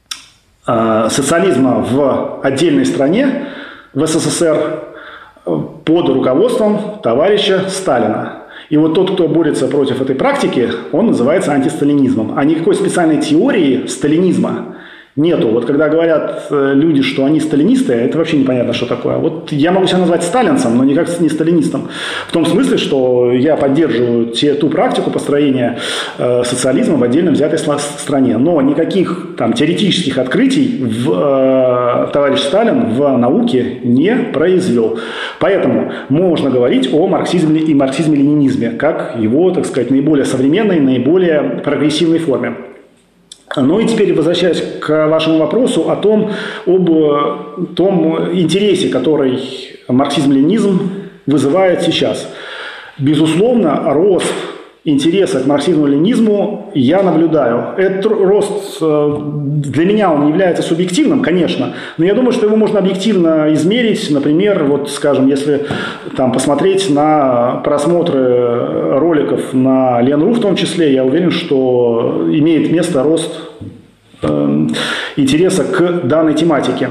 э, социализма в отдельной стране, в СССР, под руководством товарища Сталина. И вот тот, кто борется против этой практики, он называется антисталинизмом. А никакой специальной теории сталинизма нету. Вот когда говорят люди, что они сталинисты, это вообще непонятно, что такое. Вот я могу себя назвать сталинцем, но никак не сталинистом. В том смысле, что я поддерживаю те, ту практику построения э, социализма в отдельно взятой стране. Но никаких там теоретических открытий в, э, товарищ Сталин в науке не произвел. Поэтому можно говорить о марксизме и марксизме-ленинизме как его, так сказать, наиболее современной, наиболее прогрессивной форме. Ну и теперь, возвращаясь к вашему вопросу о том, об том интересе, который марксизм-ленинизм вызывает сейчас. Безусловно, рост интереса к марксизму-ленинизму я наблюдаю. Этот рост для меня он является субъективным, конечно, но я думаю, что его можно объективно измерить. Например, вот, скажем, если там, посмотреть на просмотры роликов на Ленру в том числе, я уверен, что имеет место рост э, интереса к данной тематике.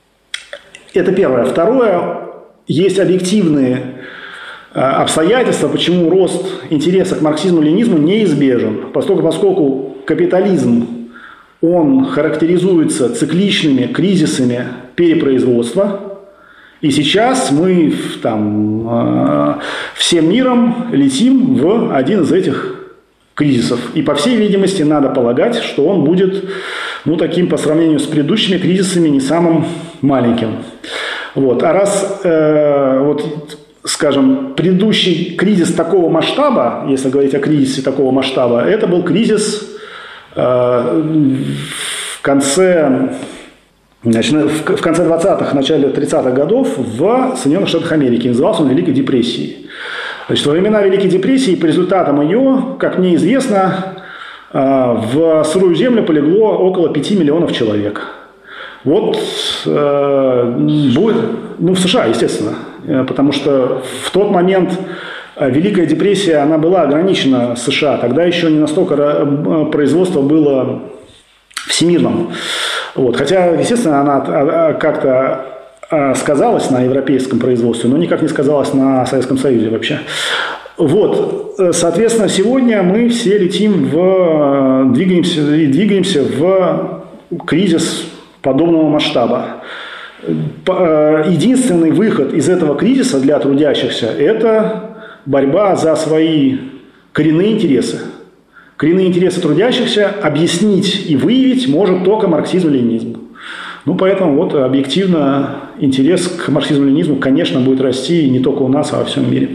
Это первое. Второе, есть объективные обстоятельства, почему рост интереса к марксизму-ленинизму неизбежен. Поскольку, поскольку капитализм, он характеризуется цикличными кризисами перепроизводства, и сейчас мы там, всем миром летим в один из этих кризисов. И, по всей видимости, надо полагать, что он будет, ну, таким по сравнению с предыдущими кризисами не самым маленьким. Вот. А раз э, вот, скажем, предыдущий кризис такого масштаба, если говорить о кризисе такого масштаба, это был кризис э, в конце, значит, в конце двадцатых, начале тридцатых годов в Соединенных Штатах Америки. Назывался он Великой депрессией. Значит, во времена Великой депрессии по результатам ее, как мне известно, э, в сырую землю полегло около пяти миллионов человек. Вот э, будет, ну, в США, естественно, потому что в тот момент Великая депрессия, она была ограничена США, тогда еще не настолько производство было всемирным. Вот. Хотя, естественно, она как-то сказалась на европейском производстве, но никак не сказалась на Советском Союзе вообще. Вот, соответственно, сегодня мы все летим в, двигаемся и двигаемся в кризис подобного масштаба. Единственный выход из этого кризиса для трудящихся – это борьба за свои коренные интересы. Коренные интересы трудящихся объяснить и выявить может только марксизм-ленинизм. Ну, поэтому вот объективно интерес к марксизму-ленинизму, конечно, будет расти не только у нас, а во всем мире.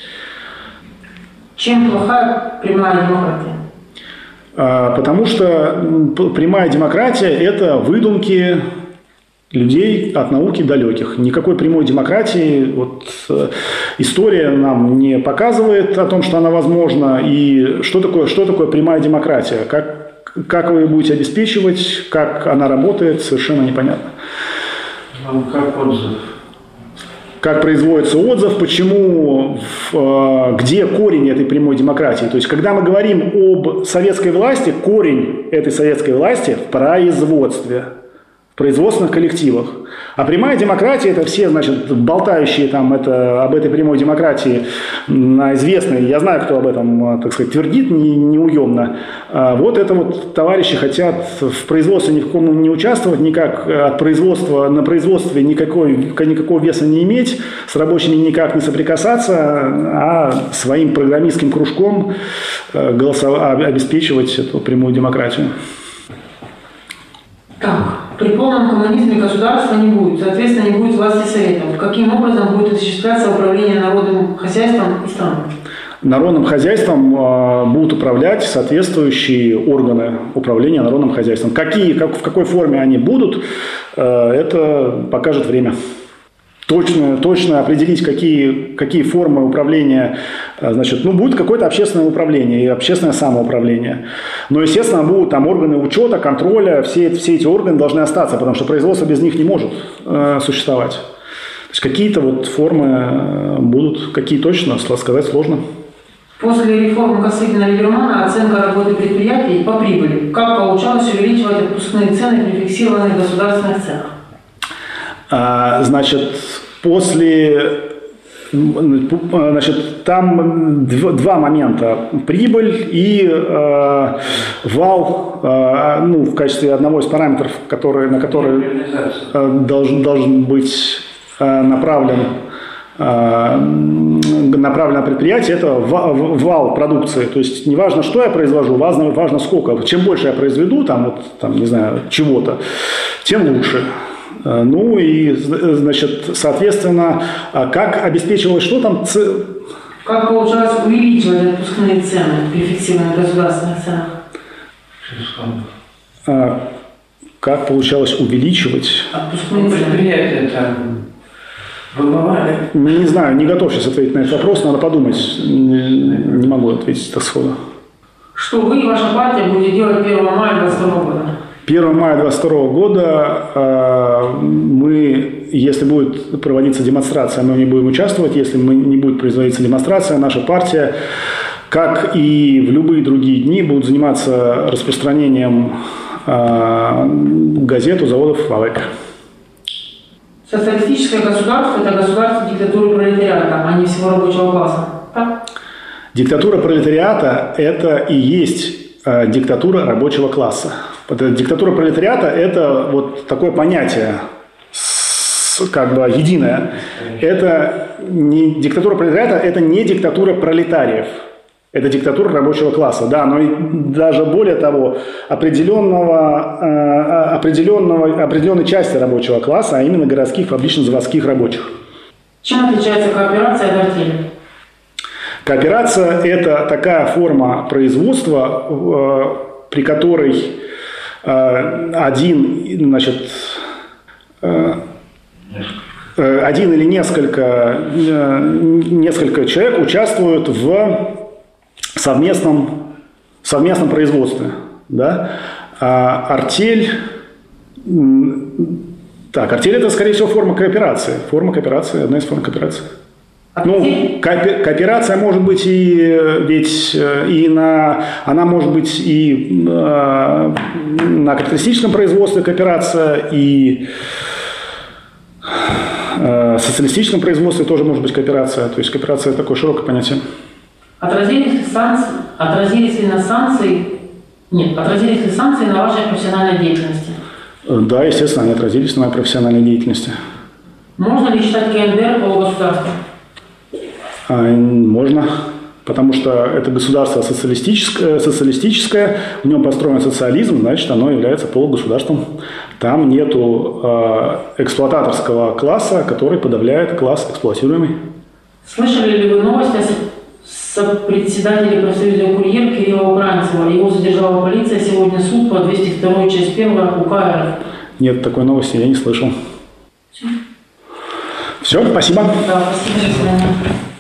Чем плоха прямая демократия? Потому что прямая демократия – это выдумки людей от науки далеких. Никакой прямой демократии вот, история нам не показывает о том, что она возможна. И что такое, что такое прямая демократия? Как, как вы ее будете обеспечивать, как она работает, совершенно непонятно. Ну, как отзыв. Как производится отзыв, почему, где корень этой прямой демократии. То есть, когда мы говорим об советской власти, корень этой советской власти в производстве, в производственных коллективах. А прямая демократия – это все, значит, болтающие там это, об этой прямой демократии известные. Я знаю, кто об этом, так сказать, твердит не, неуемно. Вот это вот товарищи хотят в производстве ни в каком не участвовать, никак от производства на производстве никакой, никакого веса не иметь, с рабочими никак не соприкасаться, а своим программистским кружком голосов... обеспечивать эту прямую демократию. Так, при полном коммунизме государства не будет, соответственно, не будет власти советов. Каким образом будет осуществляться управление народным хозяйством и страной? Народным хозяйством э, будут управлять соответствующие органы управления народным хозяйством. Какие, как, в какой форме они будут, э, это покажет время. Точно, точно определить, какие, какие формы управления, значит, ну, будет какое-то общественное управление и общественное самоуправление. Но, естественно, будут там органы учета, контроля, все, все эти органы должны остаться, потому что производство без них не может э, существовать. То есть какие-то вот формы будут, какие точно, сказать сложно. После реформы Косыгина-Либермана оценка работы предприятий по прибыли. Как получалось увеличивать отпускные цены при фиксированных государственных ценах? Значит, после, значит, там два момента. Прибыль и э, вал, э, ну, в качестве одного из параметров, который, на который э, должен, должен быть э, направлен, э, направлено предприятие, это вал продукции. То есть, неважно, что я произвожу, важно, важно сколько. Чем больше я произведу, там, вот, там, не знаю, чего-то, тем лучше. Ну и, значит, соответственно, как обеспечивалось, что там? Как получалось увеличивать отпускные цены при фиксированных государственных ценах? Как получалось увеличивать? Отпускные цены. Предприятия там Вы бывали? Не знаю, не готов сейчас ответить на этот вопрос, надо подумать. Не, не могу ответить так сходу. Что вы и ваша партия будете делать первого мая двадцать второго года? первого мая двадцать второго года э, мы, если будет проводиться демонстрация, мы не будем участвовать. Если мы, не будет производиться демонстрация, наша партия, как и в любые другие дни, будет заниматься распространением э, газет у заводов «Вавек». Социалистическое государство – это государство диктатуры пролетариата, а не всего рабочего класса. Так? Диктатура пролетариата – это и есть э, диктатура рабочего класса. Вот, диктатура пролетариата – это вот такое понятие, с, как бы единое. Это не диктатура пролетариата – это не диктатура пролетариев. Это диктатура рабочего класса, да, но и даже более того, определенного, э, определенного, определенной части рабочего класса, а именно городских, фабрично-заводских рабочих. Чем отличается кооперация от артели? Кооперация – это такая форма производства, э, при которой э, один, значит, э, э, один или несколько, э, несколько человек участвуют в совместном, совместном производстве. Да? А артель, так, артель – это, скорее всего, форма кооперации. Форма кооперации, одна из форм кооперации. Ну, кооперация может быть и, ведь, и на, она может быть и э, на капиталистическом производстве кооперация, и э, в социалистическом производстве тоже может быть кооперация. То есть кооперация – такое широкое понятие. Отразились ли санкции, отразились ли на санкции, нет, отразились ли санкции на вашей профессиональной деятельности? Да, естественно, они отразились на моей профессиональной деятельности. Можно ли считать КНДР полугосударством? Можно, потому что это государство социалистическое, социалистическое, в нем построен социализм, значит, оно является полугосударством. Там нету э, эксплуататорского класса, который подавляет класс эксплуатируемый. Слышали ли вы новости о председателе профсоюза «Курьер» Кирилла Украинцева? Его задержала полиция, сегодня суд по двести второй часть первая УК РФ. Нет, такой новости я не слышал. Все. Все, спасибо. Да, спасибо, до свидания.